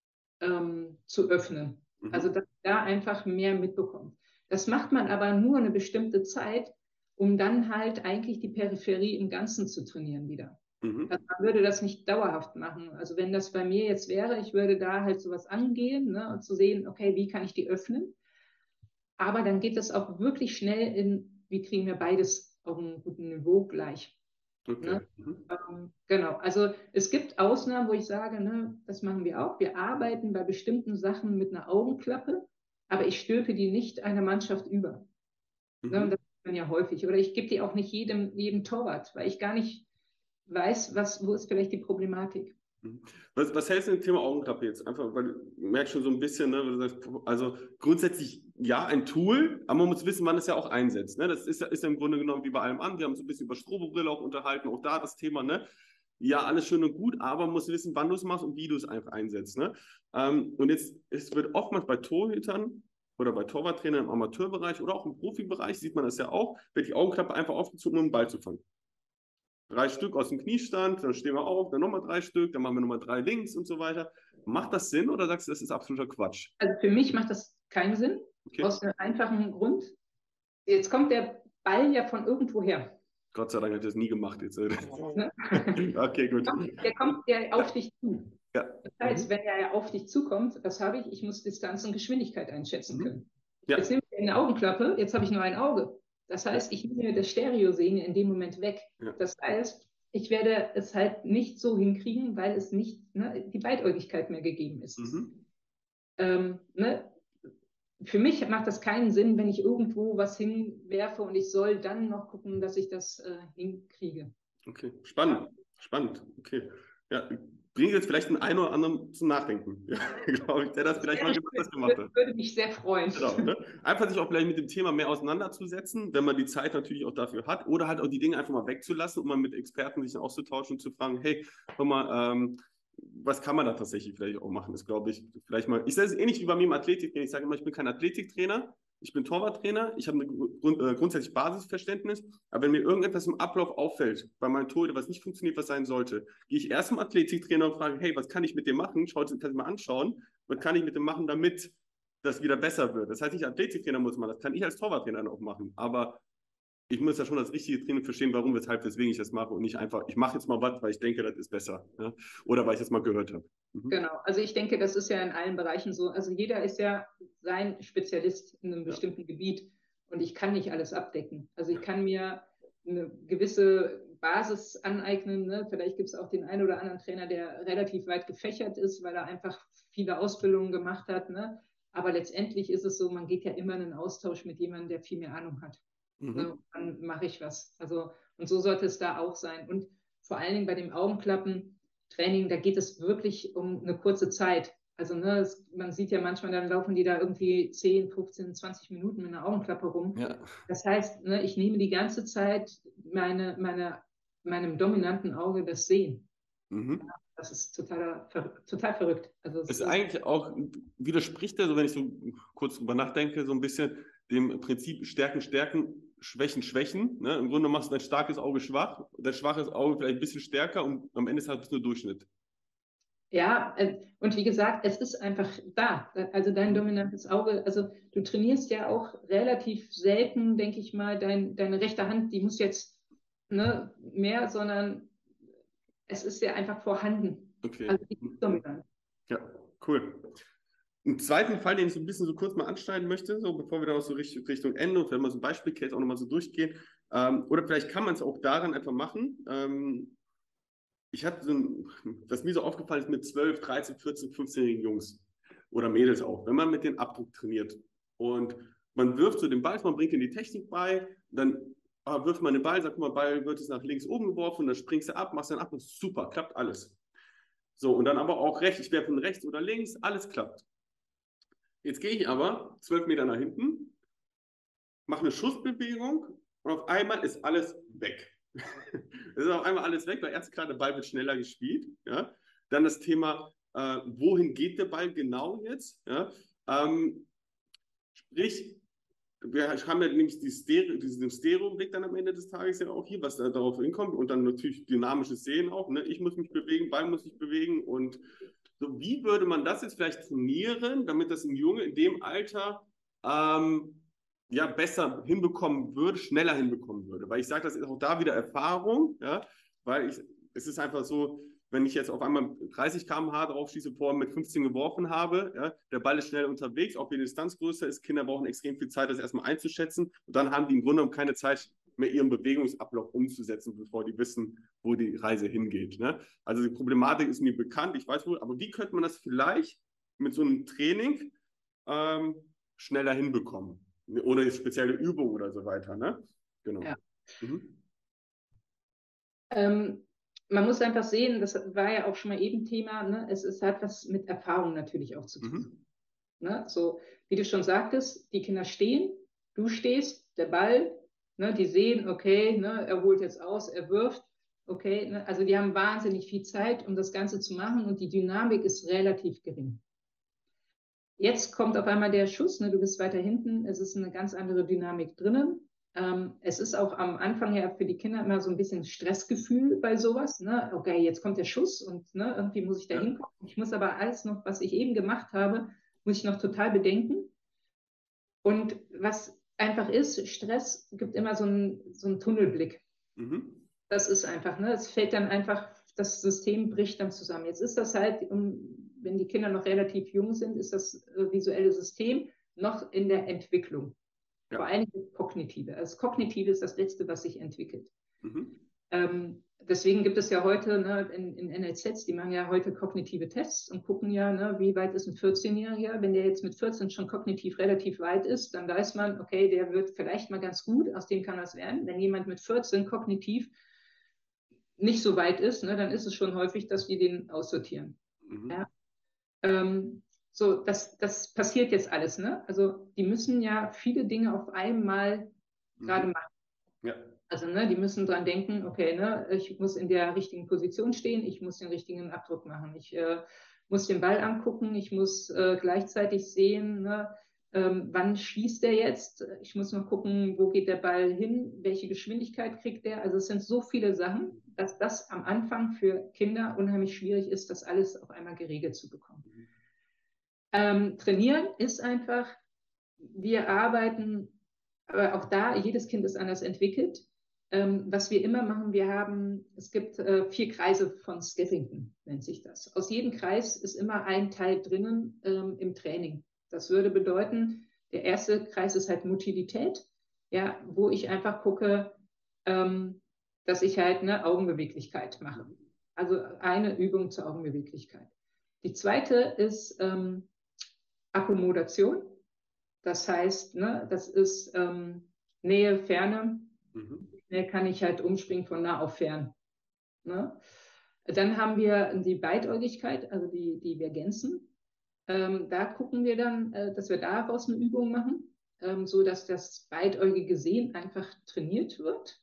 zu öffnen. Mhm. Also dass da einfach mehr mitbekommt. Das macht man aber nur eine bestimmte Zeit, um dann halt eigentlich die Peripherie im Ganzen zu trainieren wieder. Mhm. Also man würde das nicht dauerhaft machen. Also wenn das bei mir jetzt wäre, ich würde da halt sowas angehen, ne, und zu sehen, okay, wie kann ich die öffnen? Aber dann geht es auch wirklich schnell in, wie kriegen wir beides auf einem guten Niveau gleich. Okay. Ne? Mhm. Genau, also es gibt Ausnahmen, wo ich sage, ne, das machen wir auch. Wir arbeiten bei bestimmten Sachen mit einer Augenklappe, aber ich stülpe die nicht einer Mannschaft über. Ne, und Mhm. das sieht man ja häufig. Oder ich gebe die auch nicht jedem Torwart, weil ich gar nicht weiß, wo ist vielleicht die Problematik. Mhm. Was hältst du dem Thema Augenklappe jetzt? Einfach, weil du merkst schon so ein bisschen, ne, du sagst, also grundsätzlich ja, ein Tool, aber man muss wissen, wann es ja auch einsetzt. Ne? Das ist ja im Grunde genommen wie bei allem anderen. Wir haben uns ein bisschen über Strobobrille auch unterhalten, auch da das Thema, ne? Ja, alles schön und gut, aber man muss wissen, wann du es machst und wie du es einfach einsetzt. Ne? Und jetzt, es wird oftmals bei Torhütern oder bei Torwarttrainern im Amateurbereich oder auch im Profibereich sieht man das ja auch, wird die Augenklappe einfach aufgezogen, um den Ball zu fangen. 3 Stück aus dem Kniestand, dann stehen wir auf, dann nochmal 3 Stück, dann machen wir nochmal 3 links und so weiter. Macht das Sinn oder sagst du, das ist absoluter Quatsch? Also für mich macht das keinen Sinn, Okay. aus einem einfachen Grund. Jetzt kommt der Ball ja von irgendwo her. Gott sei Dank hat er das nie gemacht jetzt. Ne? Okay, gut. Der kommt ja auf dich zu. Ja. Das heißt, wenn er ja auf dich zukommt, was habe ich? Ich muss Distanz und Geschwindigkeit einschätzen können. Ja. Jetzt nehme ich eine Augenklappe, jetzt habe ich nur ein Auge. Das heißt, ich nehme das Stereosehen in dem Moment weg. Ja. Das heißt, ich werde es halt nicht so hinkriegen, weil es nicht die Beidäugigkeit mehr gegeben ist. Ne? Für mich macht das keinen Sinn, wenn ich irgendwo was hinwerfe und ich soll dann noch gucken, dass ich das hinkriege. Okay, spannend, spannend. Okay, ja, bringt jetzt vielleicht einen oder anderen zum Nachdenken. Ja, glaube ich, der das vielleicht mal gemacht hat. Würde mich sehr freuen. Genau, ne? Einfach sich auch vielleicht mit dem Thema mehr auseinanderzusetzen, wenn man die Zeit natürlich auch dafür hat, oder halt auch die Dinge einfach mal wegzulassen, um mal mit Experten sich auszutauschen und zu fragen, hey, hör mal, was kann man da tatsächlich vielleicht auch machen? Das glaube ich vielleicht mal. Ich sehe es ähnlich wie bei mir im Athletiktraining. Ich sage immer, ich bin kein Athletiktrainer, ich bin Torwarttrainer, ich habe ein grundsätzlich Basisverständnis, aber wenn mir irgendetwas im Ablauf auffällt, bei meinem Torhüter, was nicht funktioniert, was sein sollte, gehe ich erst zum Athletiktrainer und frage, hey, was kann ich mit dem machen? Schaut es mal anschauen, was kann ich mit dem machen, damit das wieder besser wird. Das heißt, nicht Athletiktrainer muss man, das kann ich als Torwarttrainer auch machen, aber ich muss ja schon das richtige Training verstehen, warum, weshalb, weswegen ich das mache und nicht einfach, ich mache jetzt mal was, weil ich denke, das ist besser. Ja? Oder weil ich das mal gehört habe. Genau, also ich denke, das ist ja in allen Bereichen so. Also jeder ist ja sein Spezialist in einem bestimmten Gebiet und ich kann nicht alles abdecken. Also ich kann mir eine gewisse Basis aneignen. Ne? Vielleicht gibt es auch den einen oder anderen Trainer, der relativ weit gefächert ist, weil er einfach viele Ausbildungen gemacht hat. Ne? Aber letztendlich ist es so, man geht ja immer in einen Austausch mit jemandem, der viel mehr Ahnung hat. Ne? Dann mache ich was. Also, und so sollte es da auch sein. Und vor allen Dingen bei dem Augenklappentraining, da geht es wirklich um eine kurze Zeit. Also ne, man sieht ja manchmal, dann laufen die da irgendwie 10, 15, 20 Minuten mit einer Augenklappe rum. Ja. Das heißt, ne, ich nehme die ganze Zeit meinem dominanten Auge das Sehen. Ja, das ist total verrückt. Also ist eigentlich auch, widerspricht er, so wenn ich so kurz drüber nachdenke, so ein bisschen dem Prinzip Stärken, Stärken, Schwächen, Schwächen. Ne? Im Grunde machst du dein starkes Auge schwach, dein schwaches Auge vielleicht ein bisschen stärker und am Ende ist halt nur Durchschnitt. Ja, und wie gesagt, es ist einfach da. Also dein dominantes Auge, also du trainierst ja auch relativ selten, denke ich mal, deine rechte Hand, die muss jetzt mehr, sondern es ist ja einfach vorhanden. Okay. Also die ist dominant. Ja, cool. Einen zweiten Fall, den ich so ein bisschen so kurz mal anschneiden möchte, so bevor wir dann auch so Richtung Ende und wenn wir so ein Beispielcase auch nochmal so durchgehen. Oder vielleicht kann man es auch daran einfach machen. Ich hatte was mir so aufgefallen ist mit 12, 13, 14, 15-jährigen Jungs oder Mädels auch, wenn man mit den Abdruck trainiert und man wirft so den Ball, man bringt ihm die Technik bei, dann wirft man den Ball, sagt mal, Ball wird jetzt nach links oben geworfen, dann springst du ab, machst dann ab und super, klappt alles. So, und dann aber auch rechts, ich werfe ihn rechts oder links, alles klappt. Jetzt gehe ich aber 12 Meter nach hinten, mache eine Schussbewegung und auf einmal ist alles weg. Es ist auf einmal alles weg, weil erst gerade der Ball wird schneller gespielt. Ja? Dann das Thema, wohin geht der Ball genau jetzt? Ja? Sprich, wir haben ja nämlich diesen Stereo-Blick dann am Ende des Tages ja auch hier, was da darauf hinkommt und dann natürlich dynamisches Sehen auch. Ne? Ich muss mich bewegen, Ball muss sich bewegen und so, wie würde man das jetzt vielleicht trainieren, damit das ein Junge in dem Alter ja, besser hinbekommen würde, schneller hinbekommen würde. Weil ich sage, das ist auch da wieder Erfahrung, ja, weil es ist einfach so, wenn ich jetzt auf einmal 30 km/h drauf schieße, vorher mit 15 geworfen habe, ja, der Ball ist schnell unterwegs, auch wenn die Distanz größer ist, Kinder brauchen extrem viel Zeit, das erstmal einzuschätzen und dann haben die im Grunde genommen keine Zeit mehr, ihren Bewegungsablauf umzusetzen, bevor die wissen, wo die Reise hingeht. Ne? Also die Problematik ist mir bekannt, ich weiß wohl, aber wie könnte man das vielleicht mit so einem Training schneller hinbekommen? Ohne spezielle Übung oder so weiter, ne? Genau. Ja. Man muss einfach sehen, das war ja auch schon mal eben Thema, ne? Es hat was mit Erfahrung natürlich auch zu tun. Ne? So, wie du schon sagtest, die Kinder stehen, du stehst, der Ball, ne? Die sehen, okay, ne? Er holt jetzt aus, er wirft, okay, ne? Also die haben wahnsinnig viel Zeit, um das Ganze zu machen und die Dynamik ist relativ gering. Jetzt kommt auf einmal der Schuss, ne? Du bist weiter hinten, es ist eine ganz andere Dynamik drinnen. Es ist auch am Anfang ja für die Kinder immer so ein bisschen Stressgefühl bei sowas. Ne? Okay, jetzt kommt der Schuss und ne, irgendwie muss ich da hinkommen. Ich muss aber alles noch, was ich eben gemacht habe, muss ich noch total bedenken. Und was einfach ist, Stress gibt immer so einen Tunnelblick. Mhm. Das ist einfach, ne? Es fällt dann einfach, das System bricht dann zusammen. Jetzt ist das halt, wenn die Kinder noch relativ jung sind, ist das visuelle System noch in der Entwicklung. Ja. Vor allem das Kognitive. Also das Kognitive ist das Letzte, was sich entwickelt. Mhm. Deswegen gibt es ja heute ne, in NLZs, die machen ja heute kognitive Tests und gucken ja, ne, wie weit ist ein 14-Jähriger. Wenn der jetzt mit 14 schon kognitiv relativ weit ist, dann weiß man, okay, der wird vielleicht mal ganz gut, aus dem kann was werden. Wenn jemand mit 14 kognitiv nicht so weit ist, ne, dann ist es schon häufig, dass wir den aussortieren. Mhm. Ja? So, das passiert jetzt alles. Ne? Also die müssen ja viele Dinge auf einmal gerade machen. Ja. Also ne, die müssen dran denken, okay, ne, ich muss in der richtigen Position stehen, ich muss den richtigen Abdruck machen, ich muss den Ball angucken, ich muss gleichzeitig sehen, ne, wann schießt der jetzt, ich muss noch gucken, wo geht der Ball hin, welche Geschwindigkeit kriegt der. Also es sind so viele Sachen, dass das am Anfang für Kinder unheimlich schwierig ist, das alles auf einmal geregelt zu bekommen. Trainieren ist einfach, wir arbeiten, aber auch da, jedes Kind ist anders entwickelt. Was wir immer machen, es gibt 4 Kreise von Skeffington, nennt sich das. Aus jedem Kreis ist immer ein Teil drinnen im Training. Das würde bedeuten, der erste Kreis ist halt Motilität, ja, wo ich einfach gucke, dass ich halt eine Augenbeweglichkeit mache. Also eine Übung zur Augenbeweglichkeit. Die zweite ist Akkommodation. Das heißt, ne, das ist Nähe, Ferne. Schnell kann ich halt umspringen von nah auf fern. Ne? Dann haben wir die Beidäugigkeit, also die Divergenzen. Da gucken wir dann, dass wir daraus eine Übung machen, so dass das beidäugige Sehen einfach trainiert wird.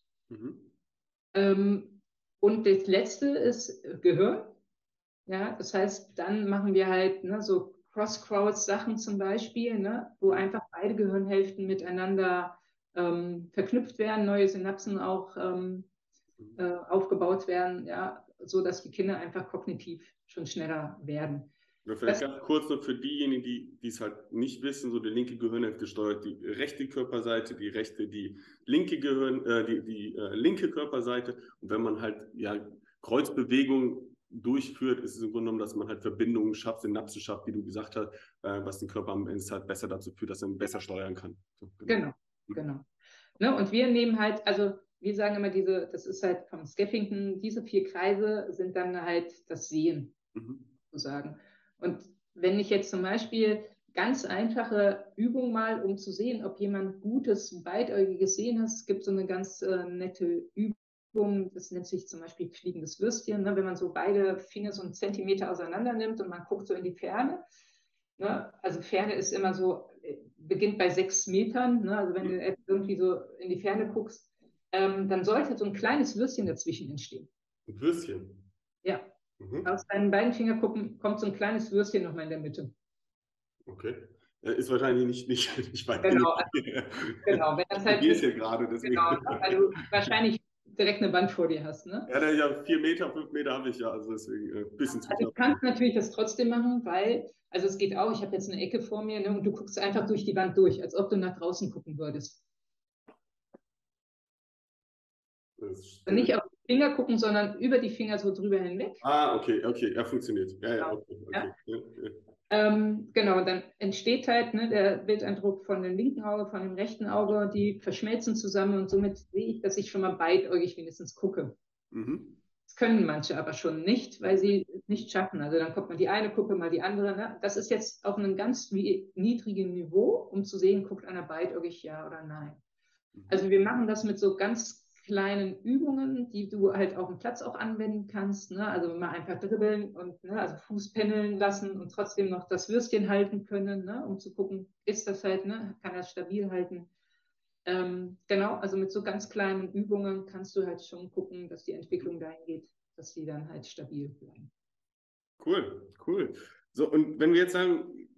Und das letzte ist Gehör. Ja, das heißt, dann machen wir halt ne, so Cross-Crowd-Sachen zum Beispiel, ne, wo einfach beide Gehirnhälften miteinander verknüpft werden, neue Synapsen auch aufgebaut werden, ja, so dass die Kinder einfach kognitiv schon schneller werden. Ja, vielleicht ganz kurz noch für diejenigen, die es halt nicht wissen, so die linke Gehirnhälfte steuert die rechte Körperseite, die rechte die linke linke Körperseite. Und wenn man halt ja Kreuzbewegungen durchführt, ist es im Grunde genommen, dass man halt Verbindungen schafft, Synapsen schafft, wie du gesagt hast, was den Körper am Ende halt besser dazu führt, dass er ihn besser steuern kann. So, genau. Ne, und wir nehmen halt, also wir sagen immer, das ist halt vom Skeffington, diese 4 Kreise sind dann halt das Sehen, sozusagen. Und wenn ich jetzt zum Beispiel ganz einfache Übung mal, um zu sehen, ob jemand gutes, beidäugiges Sehen hat, es gibt so eine ganz nette Übung, das nennt sich zum Beispiel fliegendes Würstchen, ne, wenn man so beide Finger so einen Zentimeter auseinander nimmt und man guckt so in die Ferne. Ne, also Ferne ist immer so, beginnt bei 6 Metern, ne, also wenn du irgendwie so in die Ferne guckst, dann sollte so ein kleines Würstchen dazwischen entstehen. Ein Würstchen? Ja. Aus deinen beiden Fingerkuppen kommt so ein kleines Würstchen nochmal in der Mitte. Okay. Ist wahrscheinlich nicht weit genau, genug. Genau, wenn das halt hier ist ja gerade, deswegen. Genau, weil du wahrscheinlich direkt eine Wand vor dir hast, ne? Ja, 4 Meter, 5 Meter habe ich ja, also deswegen ein bisschen zu Also knapp. du kannst natürlich das trotzdem machen, weil, also es geht auch, ich habe jetzt eine Ecke vor mir, ne, und du guckst einfach durch die Wand durch, als ob du nach draußen gucken würdest. Und nicht auf die Finger gucken, sondern über die Finger so drüber hinweg. Okay, ja, funktioniert. Ja, okay. Ja. Genau, dann entsteht halt ne, der Bildeindruck von dem linken Auge, von dem rechten Auge, die verschmelzen zusammen und somit sehe ich, dass ich schon mal beidäugig wenigstens gucke. Das können manche aber schon nicht, weil sie es nicht schaffen. Also dann kommt mal die eine Kuppe, mal die andere. Ne? Das ist jetzt auf einem ganz niedrigen Niveau, um zu sehen, guckt einer beidäugig ja oder nein. Also wir machen das mit so ganz kleinen Übungen, die du halt auf dem Platz auch anwenden kannst. Ne? Also mal einfach dribbeln und ne, also Fuß pendeln lassen und trotzdem noch das Würstchen halten können, ne? Um zu gucken, ist das halt, ne? Kann das stabil halten. Genau, also mit so ganz kleinen Übungen kannst du halt schon gucken, dass die Entwicklung dahin geht, dass die dann halt stabil bleiben. Cool. So, und wenn wir jetzt sagen,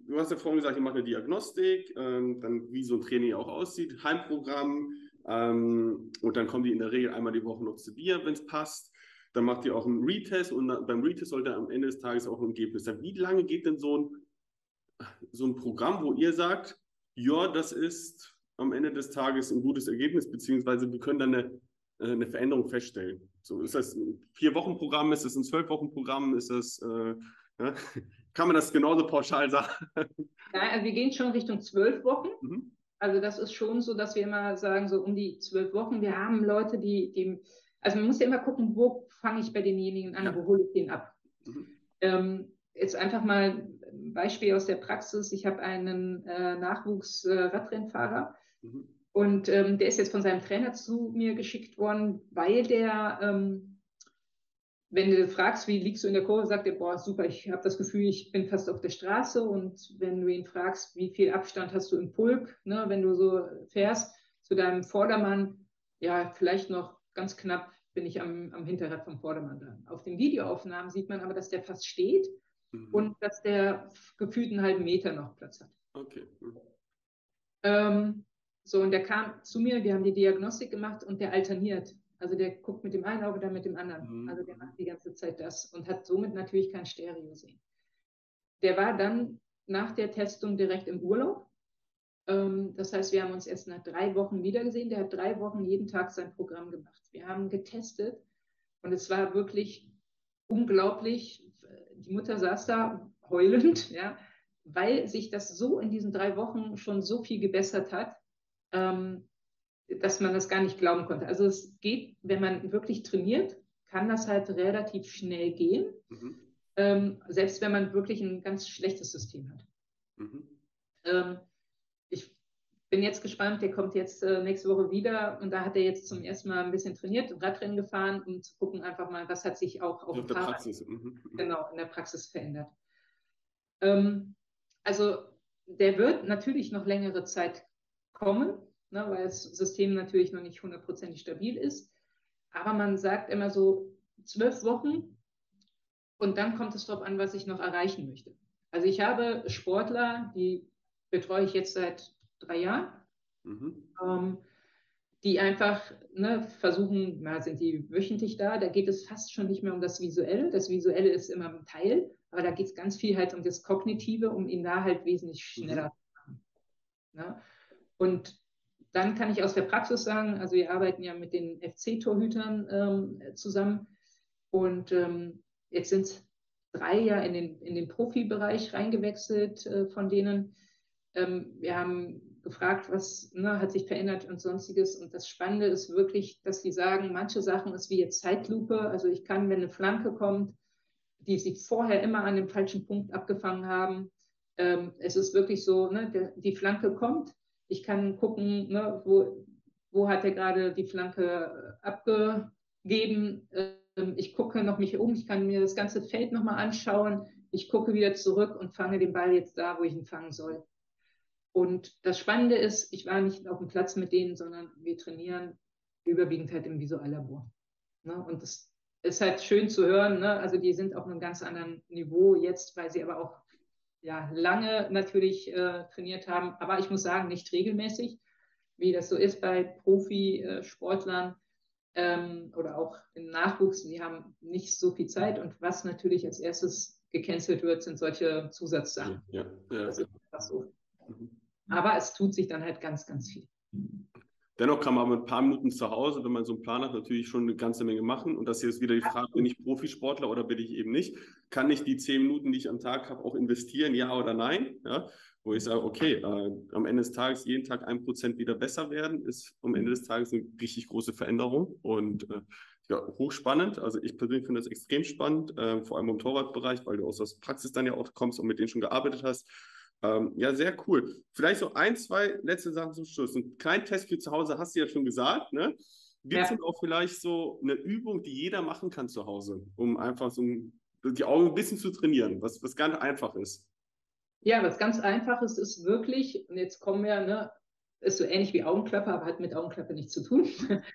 du hast ja vorhin gesagt, ihr macht eine Diagnostik, dann wie so ein Training auch aussieht, Heimprogramm, und dann kommen die in der Regel einmal die Woche noch zu dir, wenn es passt. Dann macht ihr auch einen Retest und beim Retest sollte am Ende des Tages auch ein Ergebnis sein. Wie lange geht denn so ein Programm, wo ihr sagt, ja, das ist am Ende des Tages ein gutes Ergebnis, beziehungsweise wir können dann eine Veränderung feststellen? So, ist das ein 4-Wochen-Programm, ist das ein 12-Wochen-Programm, ist das, ja? Kann man das genauso pauschal sagen? Ja, also wir gehen schon Richtung 12 Wochen. Mhm. Also das ist schon so, dass wir immer sagen, so um die 12 Wochen. Wir haben Leute, also man muss ja immer gucken, wo fange ich bei denjenigen an, Ja. wo hole ich den ab. Mhm. Jetzt einfach mal ein Beispiel aus der Praxis. Ich habe einen Nachwuchs-Radrennfahrer und der ist jetzt von seinem Trainer zu mir geschickt worden, weil der, wenn du fragst, wie liegst du in der Kurve, sagt er, boah, super, ich habe das Gefühl, ich bin fast auf der Straße. Und wenn du ihn fragst, wie viel Abstand hast du im Pulk, ne, wenn du so fährst zu deinem Vordermann, ja, vielleicht noch ganz knapp bin ich am Hinterrad vom Vordermann dran. Auf den Videoaufnahmen sieht man aber, dass der fast steht und dass der gefühlt einen halben Meter noch Platz hat. Okay. So, und der kam zu mir, wir haben die Diagnostik gemacht und der alterniert. Also der guckt mit dem einen Auge, dann mit dem anderen. Also der macht die ganze Zeit das und hat somit natürlich kein Stereo sehen. Der war dann nach der Testung direkt im Urlaub. Das heißt, wir haben uns erst nach 3 Wochen wiedergesehen. Der hat 3 Wochen jeden Tag sein Programm gemacht. Wir haben getestet und es war wirklich unglaublich. Die Mutter saß da heulend, ja, weil sich das so in diesen 3 Wochen schon so viel gebessert hat, dass man das gar nicht glauben konnte. Also es geht, wenn man wirklich trainiert, kann das halt relativ schnell gehen, selbst wenn man wirklich ein ganz schlechtes System hat. Ich bin jetzt gespannt, der kommt jetzt nächste Woche wieder und da hat er jetzt zum ersten Mal ein bisschen trainiert, Radrennen gefahren, um zu gucken einfach mal, was hat sich auch auf der Praxis. Genau, in der Praxis verändert. Also der wird natürlich noch längere Zeit kommen, ne, weil das System natürlich noch nicht 100% stabil ist. Aber man sagt immer so 12 Wochen und dann kommt es darauf an, was ich noch erreichen möchte. Also ich habe Sportler, die betreue ich jetzt seit 3 Jahren, die einfach versuchen, sind die wöchentlich da, da geht es fast schon nicht mehr um das Visuelle. Das Visuelle ist immer ein Teil, aber da geht es ganz viel halt um das Kognitive, um ihn da halt wesentlich schneller zu machen. Ne? Und dann kann ich aus der Praxis sagen, also wir arbeiten ja mit den FC-Torhütern zusammen und jetzt sind es 3 ja in den Profibereich reingewechselt von denen. Wir haben gefragt, was hat sich verändert und sonstiges. Und das Spannende ist wirklich, dass die sagen, manche Sachen ist wie jetzt Zeitlupe. Also ich kann, wenn eine Flanke kommt, die sie vorher immer an dem falschen Punkt abgefangen haben, es ist wirklich so, die Flanke kommt. Ich kann gucken, wo hat er gerade die Flanke abgegeben. Ich gucke noch mich um, ich kann mir das ganze Feld nochmal anschauen. Ich gucke wieder zurück und fange den Ball jetzt da, wo ich ihn fangen soll. Und das Spannende ist, ich war nicht auf dem Platz mit denen, sondern wir trainieren überwiegend halt im Visuallabor. Ne? Und das ist halt schön zu hören. Ne? Also die sind auf einem ganz anderen Niveau jetzt, weil sie aber auch lange natürlich trainiert haben. Aber ich muss sagen, nicht regelmäßig, wie das so ist bei Profisportlern oder auch im Nachwuchs. Die haben nicht so viel Zeit. Und was natürlich als erstes gecancelt wird, sind solche Zusatzsachen. Das ist einfach so. Aber es tut sich dann halt ganz, ganz viel. Dennoch kann man mit ein paar Minuten zu Hause, wenn man so einen Plan hat, natürlich schon eine ganze Menge machen. Und das hier ist wieder die Frage, bin ich Profisportler oder bin ich eben nicht? Kann ich die 10 Minuten, die ich am Tag habe, auch investieren, ja oder nein? Ja? Wo ich sage, okay, am Ende des Tages jeden Tag 1% wieder besser werden, ist am Ende des Tages eine richtig große Veränderung. Und hochspannend. Also ich persönlich finde das extrem spannend, vor allem im Torwartbereich, weil du aus der Praxis dann ja auch kommst und mit denen schon gearbeitet hast. Sehr cool. Vielleicht so 1, 2 letzte Sachen zum Schluss. Einen kleinen Test für zu Hause hast du ja schon gesagt, ne? Gibt es denn auch vielleicht so eine Übung, die jeder machen kann zu Hause, um einfach so die Augen ein bisschen zu trainieren, was ganz einfach ist? Ja, was ganz Einfaches ist wirklich, und jetzt kommen wir, ist so ähnlich wie Augenklappe, aber hat mit Augenklappe nichts zu tun.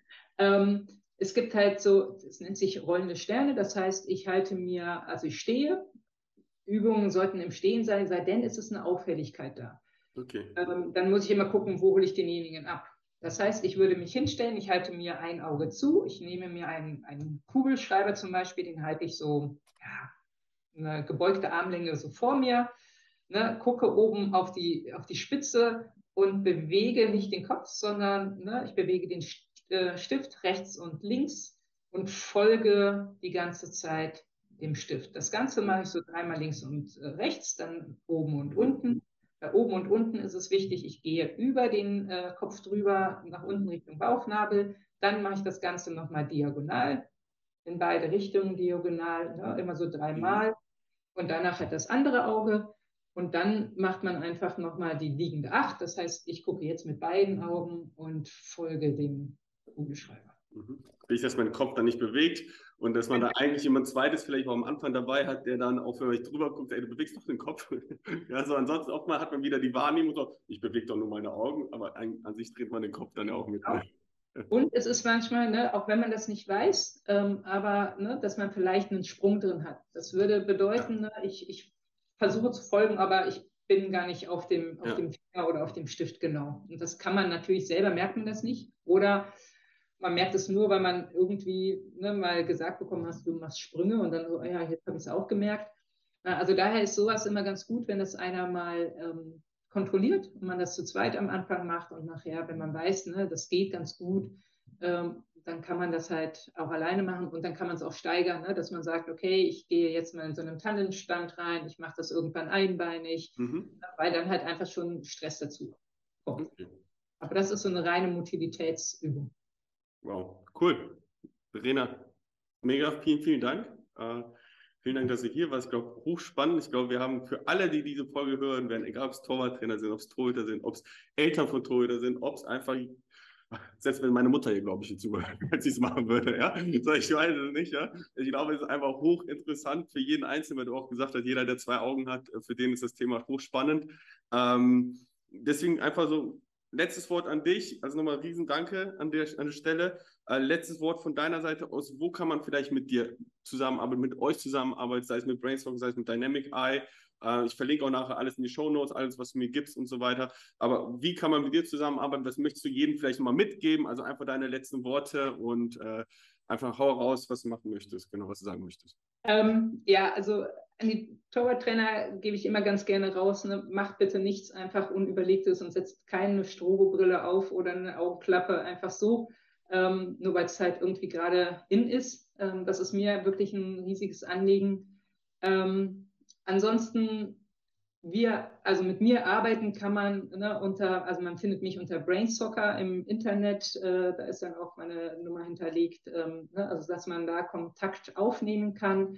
Es gibt halt so, es nennt sich rollende Sterne, das heißt, ich stehe, Übungen sollten im Stehen sein, sei denn es ist eine Auffälligkeit da. Okay. Dann muss ich immer gucken, wo hole ich denjenigen ab. Das heißt, ich würde mich hinstellen, ich halte mir ein Auge zu, ich nehme mir einen Kugelschreiber zum Beispiel, den halte ich so, ja, eine gebeugte Armlänge so vor mir, ne, gucke oben auf die Spitze und bewege nicht den Kopf, sondern ne, ich bewege den Stift rechts und links und folge die ganze Zeit dem Stift. Das Ganze mache ich so dreimal links und rechts, dann oben und unten. Bei oben und unten ist es wichtig, ich gehe über den Kopf drüber nach unten Richtung Bauchnabel. Dann mache ich das Ganze nochmal diagonal, in beide Richtungen diagonal, ne, immer so dreimal. Und danach hat das andere Auge. Und dann macht man einfach nochmal die liegende Acht. Das heißt, ich gucke jetzt mit beiden Augen und folge dem Kugelschreiber. Will ich, dass mein Kopf dann nicht bewegt und dass man da eigentlich jemand Zweites vielleicht auch am Anfang dabei hat, der dann auch, wenn man drüber guckt, ey, du bewegst doch den Kopf. Ja, so ansonsten oftmals hat man wieder die Wahrnehmung, so, ich bewege doch nur meine Augen, aber an sich dreht man den Kopf dann ja auch mit. Genau. Und es ist manchmal, ne, auch wenn man das nicht weiß, aber ne, dass man vielleicht einen Sprung drin hat. Das würde bedeuten, ne, ich versuche zu folgen, aber ich bin gar nicht auf dem Finger oder auf dem Stift genau. Und das kann man natürlich selber, merkt man das nicht. Oder man merkt es nur, weil man irgendwie ne, mal gesagt bekommen hast, du machst Sprünge und dann so, ja, jetzt habe ich es auch gemerkt. Also daher ist sowas immer ganz gut, wenn das einer mal kontrolliert und man das zu zweit am Anfang macht und nachher, wenn man weiß, ne, das geht ganz gut, dann kann man das halt auch alleine machen und dann kann man es auch steigern, ne, dass man sagt, okay, ich gehe jetzt mal in so einen Tandemstand rein, ich mache das irgendwann einbeinig, weil dann halt einfach schon Stress dazu kommt. Okay. Aber das ist so eine reine Mobilitätsübung. Wow, cool. Verena, mega, vielen, vielen Dank. Vielen Dank, dass du hier warst. Ich glaube, hochspannend. Ich glaube, wir haben für alle, die diese Folge hören werden, egal ob es Torwarttrainer sind, ob es Torhüter sind, ob es Eltern von Torhüter sind, ob es einfach, selbst wenn meine Mutter hier, glaube ich, hier zuhört, wenn sie es machen würde, ja. So, ich weiß es nicht, ja. Ich glaube, es ist einfach hochinteressant für jeden Einzelnen, weil du auch gesagt hast, jeder, der zwei Augen hat, für den ist das Thema hochspannend. Deswegen einfach so, letztes Wort an dich, also nochmal riesen Danke an der Stelle. Letztes Wort von deiner Seite aus, wo kann man vielleicht mit dir zusammenarbeiten, mit euch zusammenarbeiten, sei es mit Brainstorm, sei es mit Dynamic Eye. Ich verlinke auch nachher alles in die Shownotes, alles, was du mir gibst und so weiter. Aber wie kann man mit dir zusammenarbeiten? Was möchtest du jedem vielleicht mal mitgeben? Also einfach deine letzten Worte und einfach hau raus, was du machen möchtest, genau, was du sagen möchtest. Ja, also an die Torwarttrainer gebe ich immer ganz gerne raus, ne? Macht bitte nichts einfach Unüberlegtes und setzt keine Strobobrille auf oder eine Augenklappe einfach so, nur weil es halt irgendwie gerade in ist. Das ist mir wirklich ein riesiges Anliegen. Ansonsten, also mit mir arbeiten kann man, ne, also man findet mich unter Brainsoccer im Internet, da ist dann auch meine Nummer hinterlegt, ne, also dass man da Kontakt aufnehmen kann.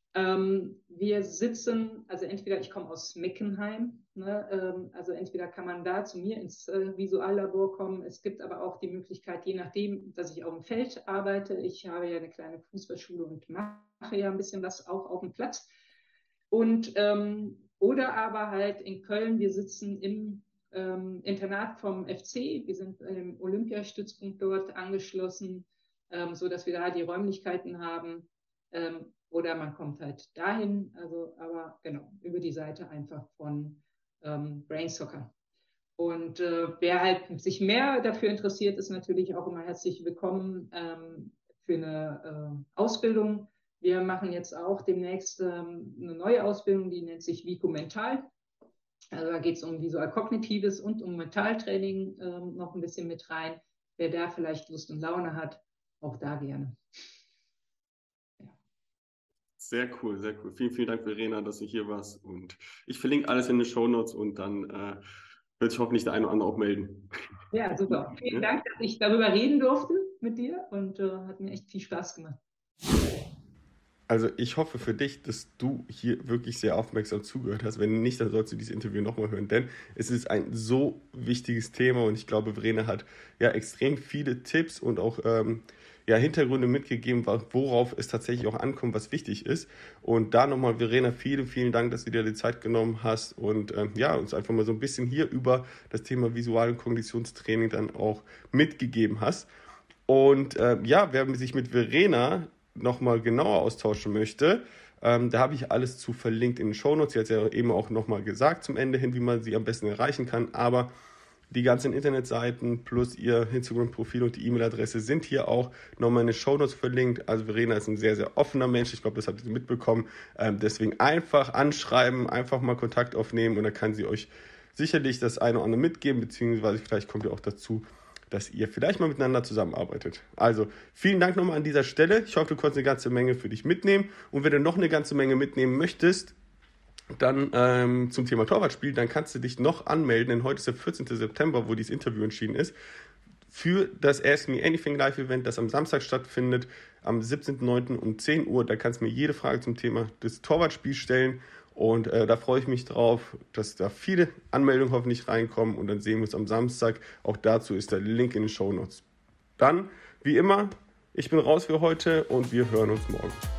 Wir sitzen, also entweder ich komme aus Meckenheim, ne, also entweder kann man da zu mir ins Visuallabor kommen. Es gibt aber auch die Möglichkeit, je nachdem, dass ich auf dem Feld arbeite. Ich habe ja eine kleine Fußballschule und mache ja ein bisschen was auch auf dem Platz. Und oder aber halt in Köln, wir sitzen im Internat vom FC, wir sind im Olympiastützpunkt dort angeschlossen, sodass wir da die Räumlichkeiten haben. Oder man kommt halt dahin, also aber genau, über die Seite einfach von Brainsoccer. Und wer halt sich mehr dafür interessiert, ist natürlich auch immer herzlich willkommen für eine Ausbildung. Wir machen jetzt auch demnächst eine neue Ausbildung, die nennt sich Vico Mental. Also da geht es um visual-kognitives und um Mentaltraining noch ein bisschen mit rein. Wer da vielleicht Lust und Laune hat, auch da gerne. Sehr cool, sehr cool. Vielen, vielen Dank, Verena, dass du hier warst. Und ich verlinke alles in den Shownotes und dann wird sich hoffentlich der eine oder andere auch melden. Ja, super. Vielen Dank, dass ich darüber reden durfte mit dir und hat mir echt viel Spaß gemacht. Also ich hoffe für dich, dass du hier wirklich sehr aufmerksam zugehört hast. Wenn nicht, dann sollst du dieses Interview nochmal hören, denn es ist ein so wichtiges Thema und ich glaube, Verena hat ja extrem viele Tipps und auch Hintergründe mitgegeben, worauf es tatsächlich auch ankommt, was wichtig ist. Und da nochmal, Verena, vielen, vielen Dank, dass du dir die Zeit genommen hast und uns einfach mal so ein bisschen hier über das Thema Visual- und Kognitionstraining dann auch mitgegeben hast. Und wer sich mit Verena nochmal genauer austauschen möchte, Da habe ich alles zu verlinkt in den Shownotes. Sie hat es ja eben auch nochmal gesagt zum Ende hin, wie man sie am besten erreichen kann. Aber die ganzen Internetseiten plus ihr Instagram-Profil und die E-Mail-Adresse sind hier auch nochmal in den Shownotes verlinkt. Also Verena ist ein sehr, sehr offener Mensch. Ich glaube, das habt ihr mitbekommen. Deswegen einfach anschreiben, einfach mal Kontakt aufnehmen und dann kann sie euch sicherlich das eine oder andere mitgeben, beziehungsweise vielleicht kommt ihr auch dazu, dass ihr vielleicht mal miteinander zusammenarbeitet. Also vielen Dank nochmal an dieser Stelle. Ich hoffe, du konntest eine ganze Menge für dich mitnehmen. Und wenn du noch eine ganze Menge mitnehmen möchtest, dann zum Thema Torwartspiel, dann kannst du dich noch anmelden, denn heute ist der 14. September, wo dieses Interview entschieden ist, für das Ask Me Anything Live-Event, das am Samstag stattfindet, am 17.09. um 10 Uhr. Da kannst du mir jede Frage zum Thema des Torwartspiels stellen und da freue ich mich drauf, dass da viele Anmeldungen hoffentlich reinkommen und dann sehen wir uns am Samstag. Auch dazu ist der Link in den Shownotes. Dann, wie immer, ich bin raus für heute und wir hören uns morgen.